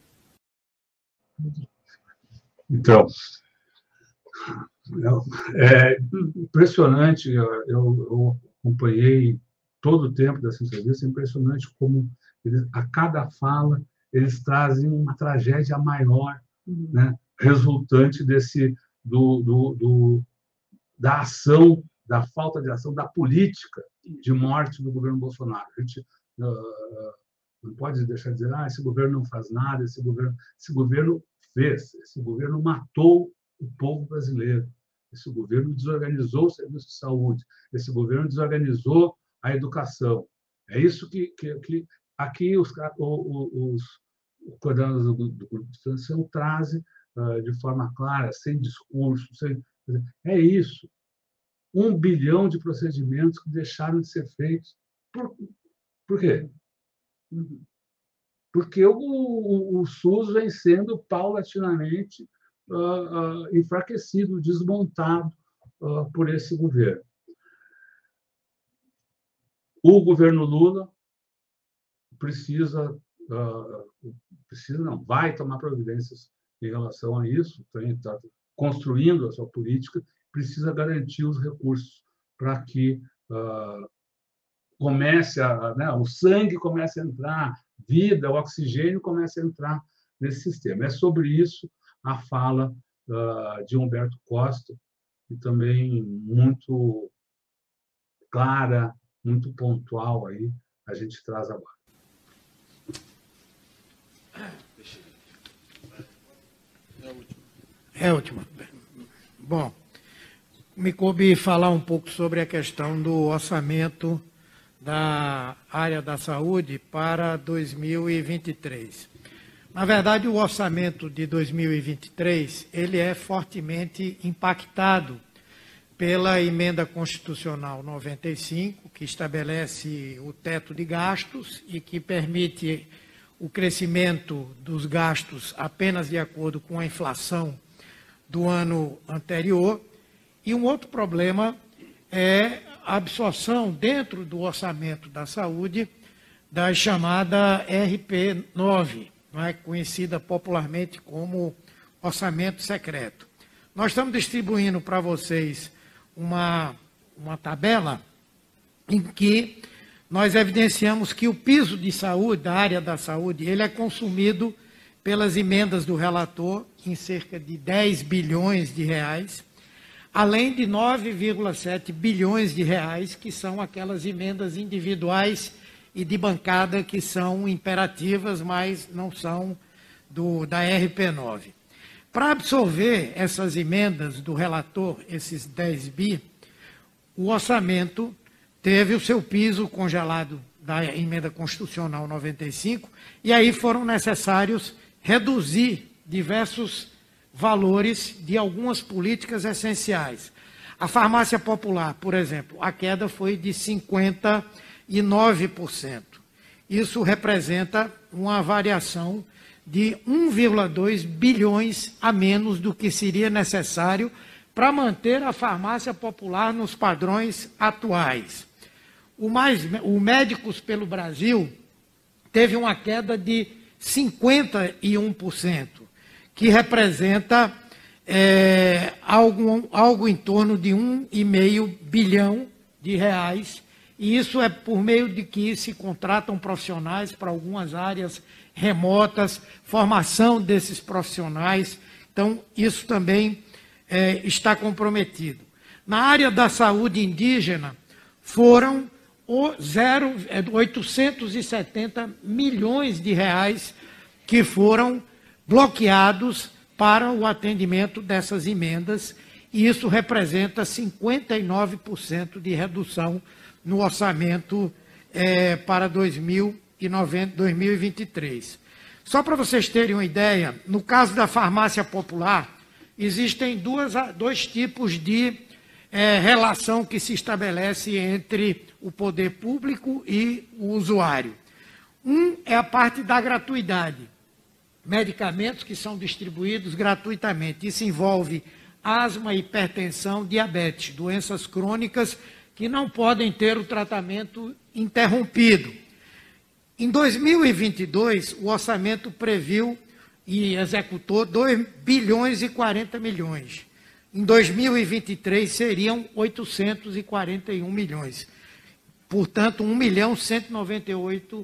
Então, é impressionante, eu acompanhei todo o tempo dessa entrevista, é impressionante como a cada fala eles trazem uma tragédia maior, né, resultante da ação, da falta de ação, da política de morte do governo Bolsonaro. A gente não pode deixar de dizer, esse governo não faz nada, esse governo fez, esse governo matou o povo brasileiro, esse governo desorganizou o serviço de saúde, esse governo desorganizou a educação. É isso que aqui os coordenadores do grupo de transição trazem de forma clara, sem discurso. É isso. 1 bilhão de procedimentos que deixaram de ser feitos. Por quê? Porque o SUS vem sendo paulatinamente enfraquecido, desmontado. por esse governo. O governo Lula vai tomar providências em relação a isso, está construindo a sua política, precisa garantir os recursos para que o sangue comece a entrar, vida, o oxigênio comece a entrar nesse sistema. É sobre isso a fala de Humberto Costa, e também muito clara, muito pontual aí, a gente traz agora. É a última. Bom, me coube falar um pouco sobre a questão do orçamento da área da saúde para 2023. Na verdade, o orçamento de 2023, ele é fortemente impactado pela Emenda Constitucional 95, que estabelece o teto de gastos e que permite o crescimento dos gastos apenas de acordo com a inflação do ano anterior. E um outro problema é a absorção dentro do orçamento da saúde da chamada RP9, não é? Conhecida popularmente como orçamento secreto. Nós estamos distribuindo para vocês uma tabela em que nós evidenciamos que o piso de saúde, da área da saúde, ele é consumido pelas emendas do relator em cerca de 10 bilhões de reais, além de 9,7 bilhões de reais, que são aquelas emendas individuais e de bancada que são imperativas, mas não são da RP9. Para absorver essas emendas do relator, esses 10 bi, o orçamento teve o seu piso congelado da Emenda Constitucional 95, e aí foram necessários reduzir diversos valores de algumas políticas essenciais. A farmácia popular, por exemplo, a queda foi de 59%. Isso representa uma variação de 1,2 bilhões a menos do que seria necessário para manter a farmácia popular nos padrões atuais. O Médicos pelo Brasil teve uma queda de 51%, que representa algo em torno de 1,5 bilhão de reais, e isso é por meio de que se contratam profissionais para algumas áreas remotas, formação desses profissionais, então isso também está comprometido. Na área da saúde indígena, foram 870 milhões de reais que foram bloqueados para o atendimento dessas emendas, e isso representa 59% de redução no orçamento para 2023. Só para vocês terem uma ideia, no caso da farmácia popular, existem dois tipos de relação que se estabelece entre o poder público e o usuário. Um é a parte da gratuidade, medicamentos que são distribuídos gratuitamente. Isso envolve asma, hipertensão, diabetes, doenças crônicas que não podem ter o tratamento interrompido. Em 2022, o orçamento previu e executou 2 bilhões e 40 milhões. Em 2023, seriam 841 milhões. Portanto, 1 bilhão 198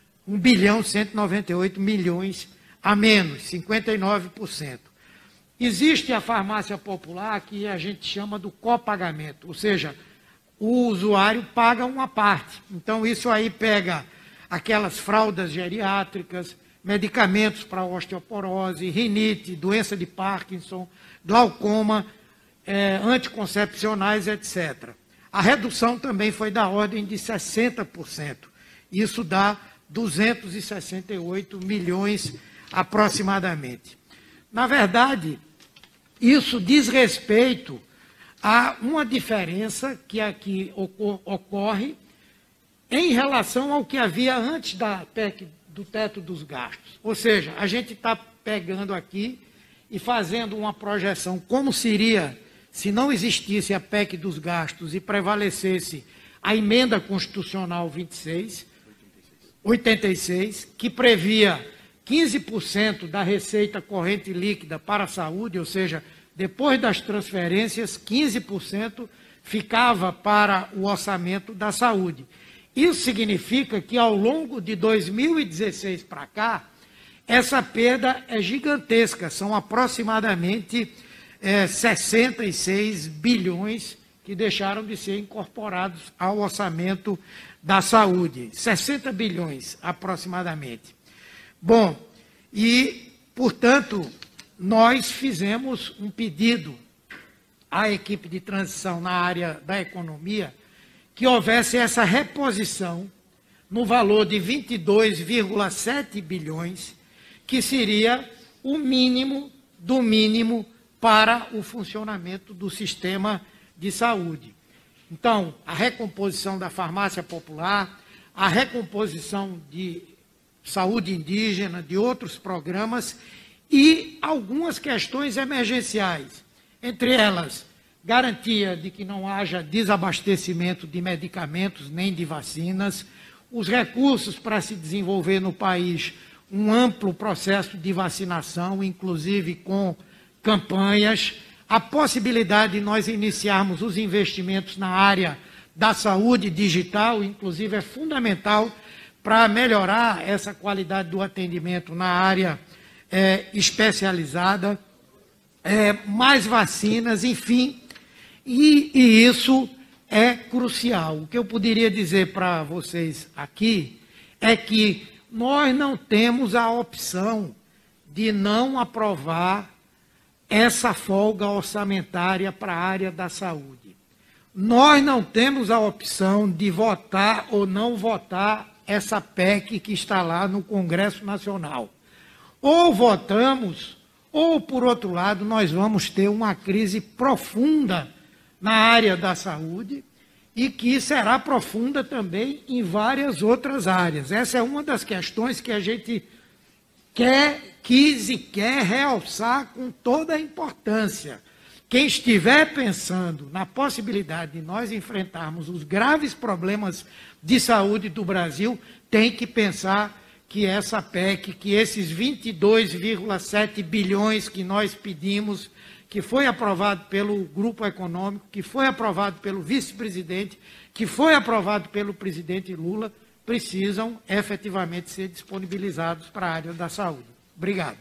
milhões a menos, 59%. Existe a farmácia popular que a gente chama do copagamento, ou seja, o usuário paga uma parte. Então, isso aí pega aquelas fraldas geriátricas, medicamentos para osteoporose, rinite, doença de Parkinson, glaucoma, anticoncepcionais, etc. A redução também foi da ordem de 60%. Isso dá 268 milhões aproximadamente. Na verdade, isso diz respeito a uma diferença que aqui ocorre em relação ao que havia antes da PEC do teto dos gastos. Ou seja, a gente está pegando aqui e fazendo uma projeção como seria se não existisse a PEC dos gastos e prevalecesse a emenda constitucional 86, que previa 15% da receita corrente líquida para a saúde, ou seja, depois das transferências, 15% ficava para o orçamento da saúde. Isso significa que, ao longo de 2016 para cá, essa perda é gigantesca, são aproximadamente 66 bilhões que deixaram de ser incorporados ao orçamento da saúde, 60 bilhões aproximadamente. Bom, e, portanto, nós fizemos um pedido à equipe de transição na área da economia que houvesse essa reposição no valor de 22,7 bilhões, que seria o mínimo do mínimo para o funcionamento do sistema de saúde. Então, a recomposição da farmácia popular, a recomposição de saúde indígena, de outros programas e algumas questões emergenciais, entre elas, garantia de que não haja desabastecimento de medicamentos nem de vacinas, os recursos para se desenvolver no país um amplo processo de vacinação, inclusive com campanhas, a possibilidade de nós iniciarmos os investimentos na área da saúde digital, inclusive é fundamental para melhorar essa qualidade do atendimento na área especializada, mais vacinas, enfim, e isso é crucial. O que eu poderia dizer para vocês aqui é que nós não temos a opção de não aprovar essa folga orçamentária para a área da saúde. Nós não temos a opção de votar ou não votar essa PEC que está lá no Congresso Nacional. Ou votamos, ou, por outro lado, nós vamos ter uma crise profunda na área da saúde e que será profunda também em várias outras áreas. Essa é uma das questões que a gente quis e quer realçar com toda a importância. Quem estiver pensando na possibilidade de nós enfrentarmos os graves problemas de saúde do Brasil, tem que pensar que essa PEC, que esses 22,7 bilhões que nós pedimos, que foi aprovado pelo grupo econômico, que foi aprovado pelo vice-presidente, que foi aprovado pelo presidente Lula, precisam efetivamente ser disponibilizados para a área da saúde. Obrigado.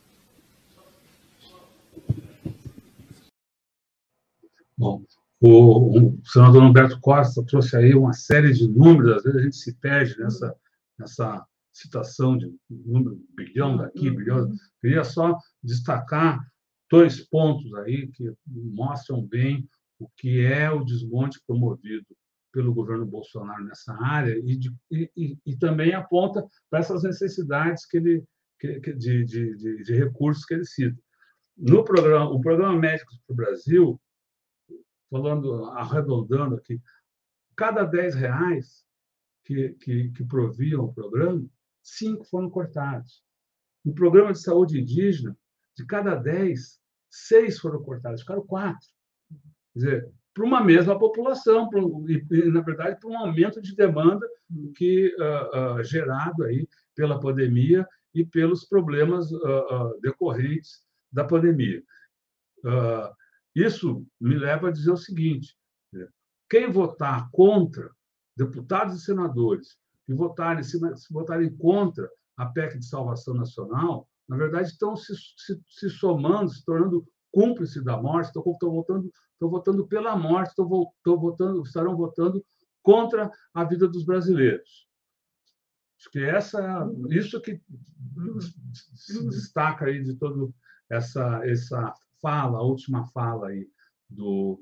Bom, o senador Humberto Costa trouxe aí uma série de números, às vezes a gente se perde nessa citação de número, bilhão daqui, bilhão. Queria só destacar 2 pontos aí que mostram bem o que é o desmonte promovido pelo governo Bolsonaro nessa área e também aponta para essas necessidades de recursos que ele cita. No programa, o Programa Médicos para o Brasil, arredondando aqui, cada R$10 que proviam o programa, 5 foram cortados. No programa de saúde indígena, de cada 10, 6 foram cortados, ficaram 4. Quer dizer, para uma mesma população, na verdade, para um aumento de demanda gerado aí pela pandemia e pelos problemas decorrentes da pandemia. Isso me leva a dizer o seguinte: quem votar contra, deputados e senadores, que se votarem contra a PEC de salvação nacional, na verdade, estão se somando, se tornando cúmplices da morte, estão votando pela morte, estarão votando contra a vida dos brasileiros. Acho que isso que se destaca aí de toda essa fala, a última fala aí do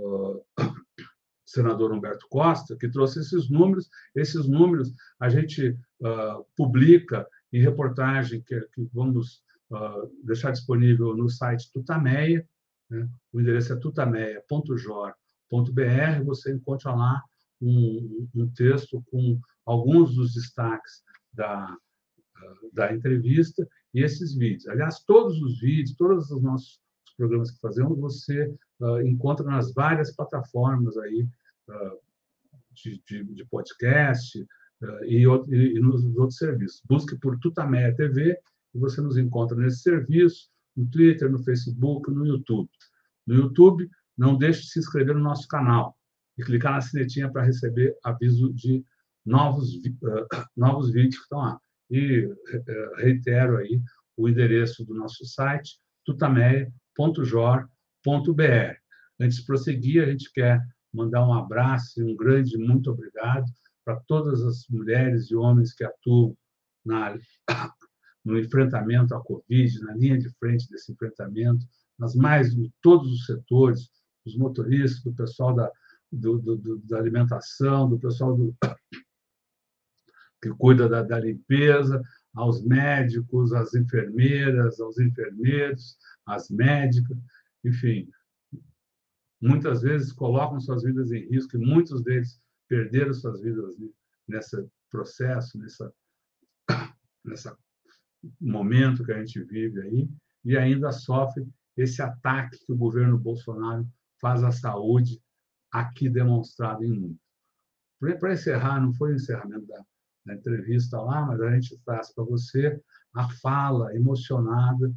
senador Humberto Costa, que trouxe esses números. Esses números a gente publica em reportagem que vamos deixar disponível no site Tutameia, né? O endereço é tutameia.jor.br. Você encontra lá um texto com alguns dos destaques da entrevista e esses vídeos. Aliás, todos os vídeos, todos os nossos os programas que fazemos, você encontra nas várias plataformas aí de podcast e nos outros serviços. Busque por Tutameia TV e você nos encontra nesse serviço, no Twitter, no Facebook, no YouTube. No YouTube, não deixe de se inscrever no nosso canal e clicar na sinetinha para receber aviso de novos vídeos que estão lá. E reitero aí o endereço do nosso site, tutameia.jor.br. Antes de prosseguir, a gente quer mandar um abraço e um grande muito obrigado para todas as mulheres e homens que atuam no enfrentamento à Covid, na linha de frente desse enfrentamento, em todos os setores, os motoristas, do pessoal da alimentação, do pessoal que cuida da limpeza, aos médicos, às enfermeiras, aos enfermeiros, às médicas, enfim, muitas vezes colocam suas vidas em risco e muitos deles perderam suas vidas nesse processo, nesse momento que a gente vive aí, e ainda sofre esse ataque que o governo Bolsonaro faz à saúde, aqui demonstrado em números. Para encerrar, não foi o encerramento da entrevista lá, mas a gente traz para você a fala emocionada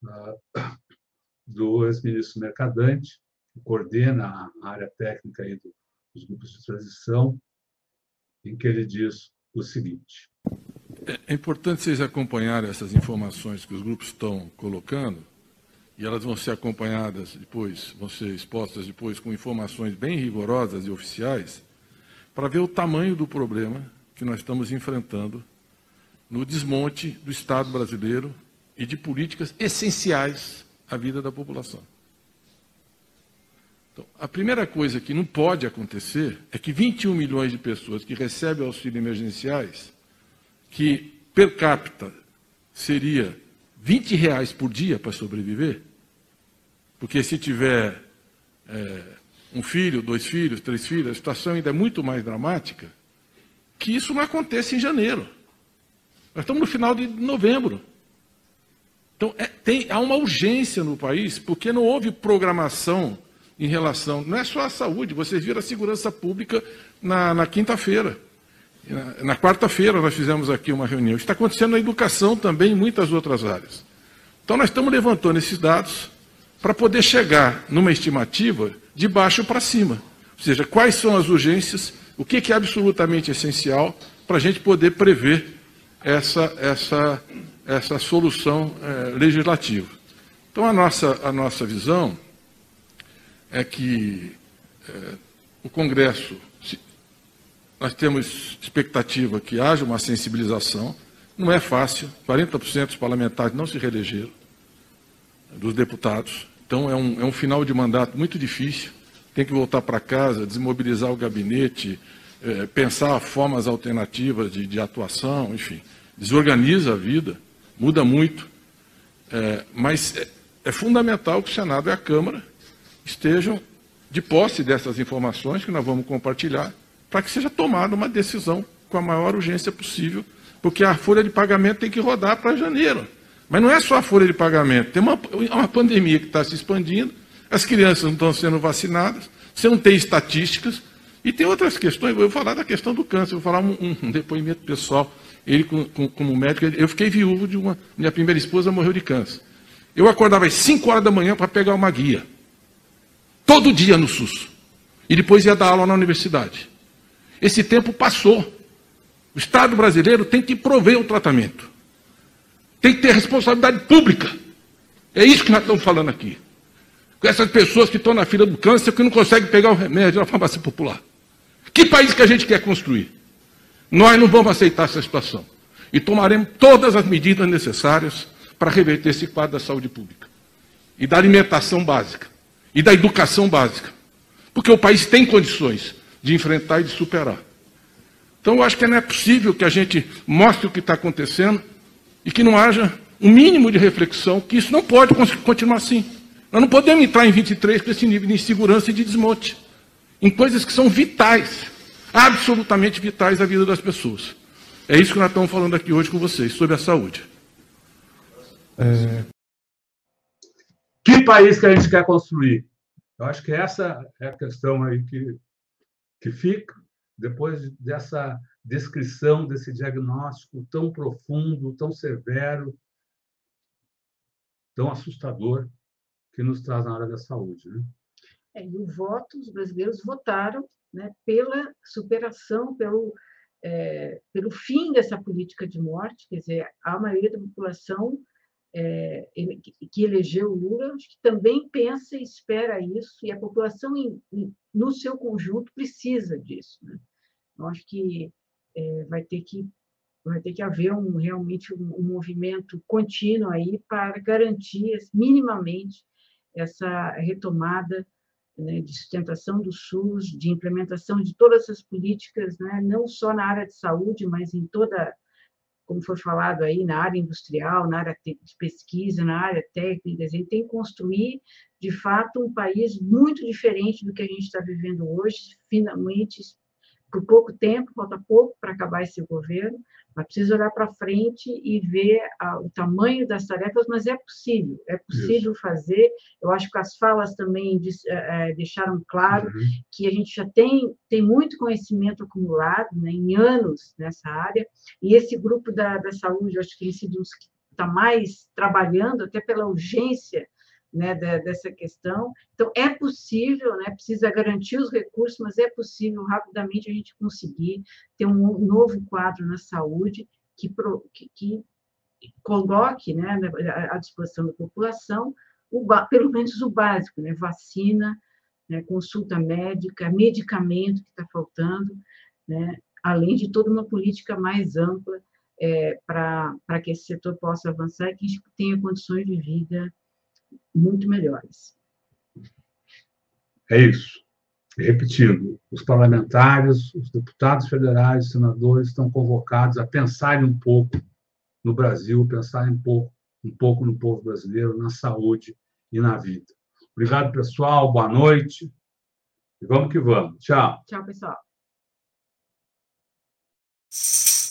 do ex-ministro Mercadante, que coordena a área técnica aí dos grupos de transição, em que ele diz o seguinte. É importante vocês acompanharem essas informações que os grupos estão colocando, e elas vão ser acompanhadas depois, vão ser expostas depois com informações bem rigorosas e oficiais, para ver o tamanho do problema que nós estamos enfrentando no desmonte do Estado brasileiro e de políticas essenciais à vida da população. Então, a primeira coisa que não pode acontecer é que 21 milhões de pessoas que recebem auxílio emergenciais, que per capita seria R$20 por dia para sobreviver, porque se tiver um filho, 2 filhos, 3 filhos, a situação ainda é muito mais dramática, que isso não aconteça em janeiro. Nós estamos no final de novembro. Então, há uma urgência no país, porque não houve programação em relação, não é só a saúde, vocês viram a segurança pública na quinta-feira. Na quarta-feira nós fizemos aqui uma reunião. Isso está acontecendo na educação também, em muitas outras áreas. Então nós estamos levantando esses dados para poder chegar numa estimativa de baixo para cima. Ou seja, quais são as urgências, o que é absolutamente essencial para a gente poder prever essa solução legislativa. Então a nossa visão é que o Congresso, nós temos expectativa que haja uma sensibilização, não é fácil, 40% dos parlamentares não se reelegeram, dos deputados, então é um final de mandato muito difícil, tem que voltar para casa, desmobilizar o gabinete, pensar formas alternativas de atuação, enfim, desorganiza a vida, muda muito, mas é fundamental que o Senado e a Câmara estejam de posse dessas informações que nós vamos compartilhar, para que seja tomada uma decisão com a maior urgência possível, porque a folha de pagamento tem que rodar para janeiro. Mas não é só a folha de pagamento, tem uma pandemia que está se expandindo, as crianças não estão sendo vacinadas, você não tem estatísticas, e tem outras questões. Eu vou falar da questão do câncer, vou falar um depoimento pessoal. Ele, como médico, eu fiquei viúvo de minha primeira esposa morreu de câncer. Eu acordava às 5 horas da manhã para pegar uma guia, todo dia no SUS, e depois ia dar aula na universidade. Esse tempo passou. O Estado brasileiro tem que prover o tratamento. Tem que ter responsabilidade pública. É isso que nós estamos falando aqui. Com essas pessoas que estão na fila do câncer, que não conseguem pegar o remédio na farmácia popular. Que país que a gente quer construir? Nós não vamos aceitar essa situação. E tomaremos todas as medidas necessárias para reverter esse quadro da saúde pública. E da alimentação básica. E da educação básica. Porque o país tem condições de enfrentar e de superar. Então, eu acho que não é possível que a gente mostre o que está acontecendo e que não haja um mínimo de reflexão, que isso não pode continuar assim. Nós não podemos entrar em 23 com esse nível de insegurança e de desmonte, em coisas que são vitais, absolutamente vitais à vida das pessoas. É isso que nós estamos falando aqui hoje com vocês, sobre a saúde. Que país que a gente quer construir? Eu acho que essa é a questão aí que fica depois dessa descrição, desse diagnóstico tão profundo, tão severo, tão assustador que nos traz na área da saúde, né? E o voto, os brasileiros votaram, né, pela superação, pelo fim dessa política de morte, quer dizer, a maioria da população que elegeu o Lula, acho que também pensa e espera isso, e a população, no seu conjunto, precisa disso, né? Eu acho que vai ter que haver realmente um movimento contínuo aí para garantir minimamente essa retomada, né, de sustentação do SUS, de implementação de todas essas políticas, né, não só na área de saúde, mas em toda, como foi falado aí, na área industrial, na área de pesquisa, na área técnica. A gente tem que construir, de fato, um país muito diferente do que a gente está vivendo hoje, finalmente, por pouco tempo, falta pouco para acabar esse governo, mas precisa olhar para frente e ver o tamanho das tarefas, mas é possível fazer. Eu acho que as falas também deixaram claro que a gente já tem muito conhecimento acumulado, né, em anos nessa área, e esse grupo da saúde, eu acho que tem sido os que está mais trabalhando, até pela urgência, né, dessa questão. Então, é possível, né, precisa garantir os recursos, mas é possível rapidamente a gente conseguir ter um novo quadro na saúde que coloque, né, à disposição da população pelo menos o básico, né, vacina, né, consulta médica, medicamento que está faltando, né, além de toda uma política mais ampla para que esse setor possa avançar e que a gente tenha condições de vida muito melhores. É isso. Repetindo, os parlamentares, os deputados federais, os senadores estão convocados a pensarem um pouco no Brasil, pensarem um pouco no povo brasileiro, na saúde e na vida. Obrigado, pessoal. Boa noite. E vamos que vamos. Tchau. Tchau, pessoal.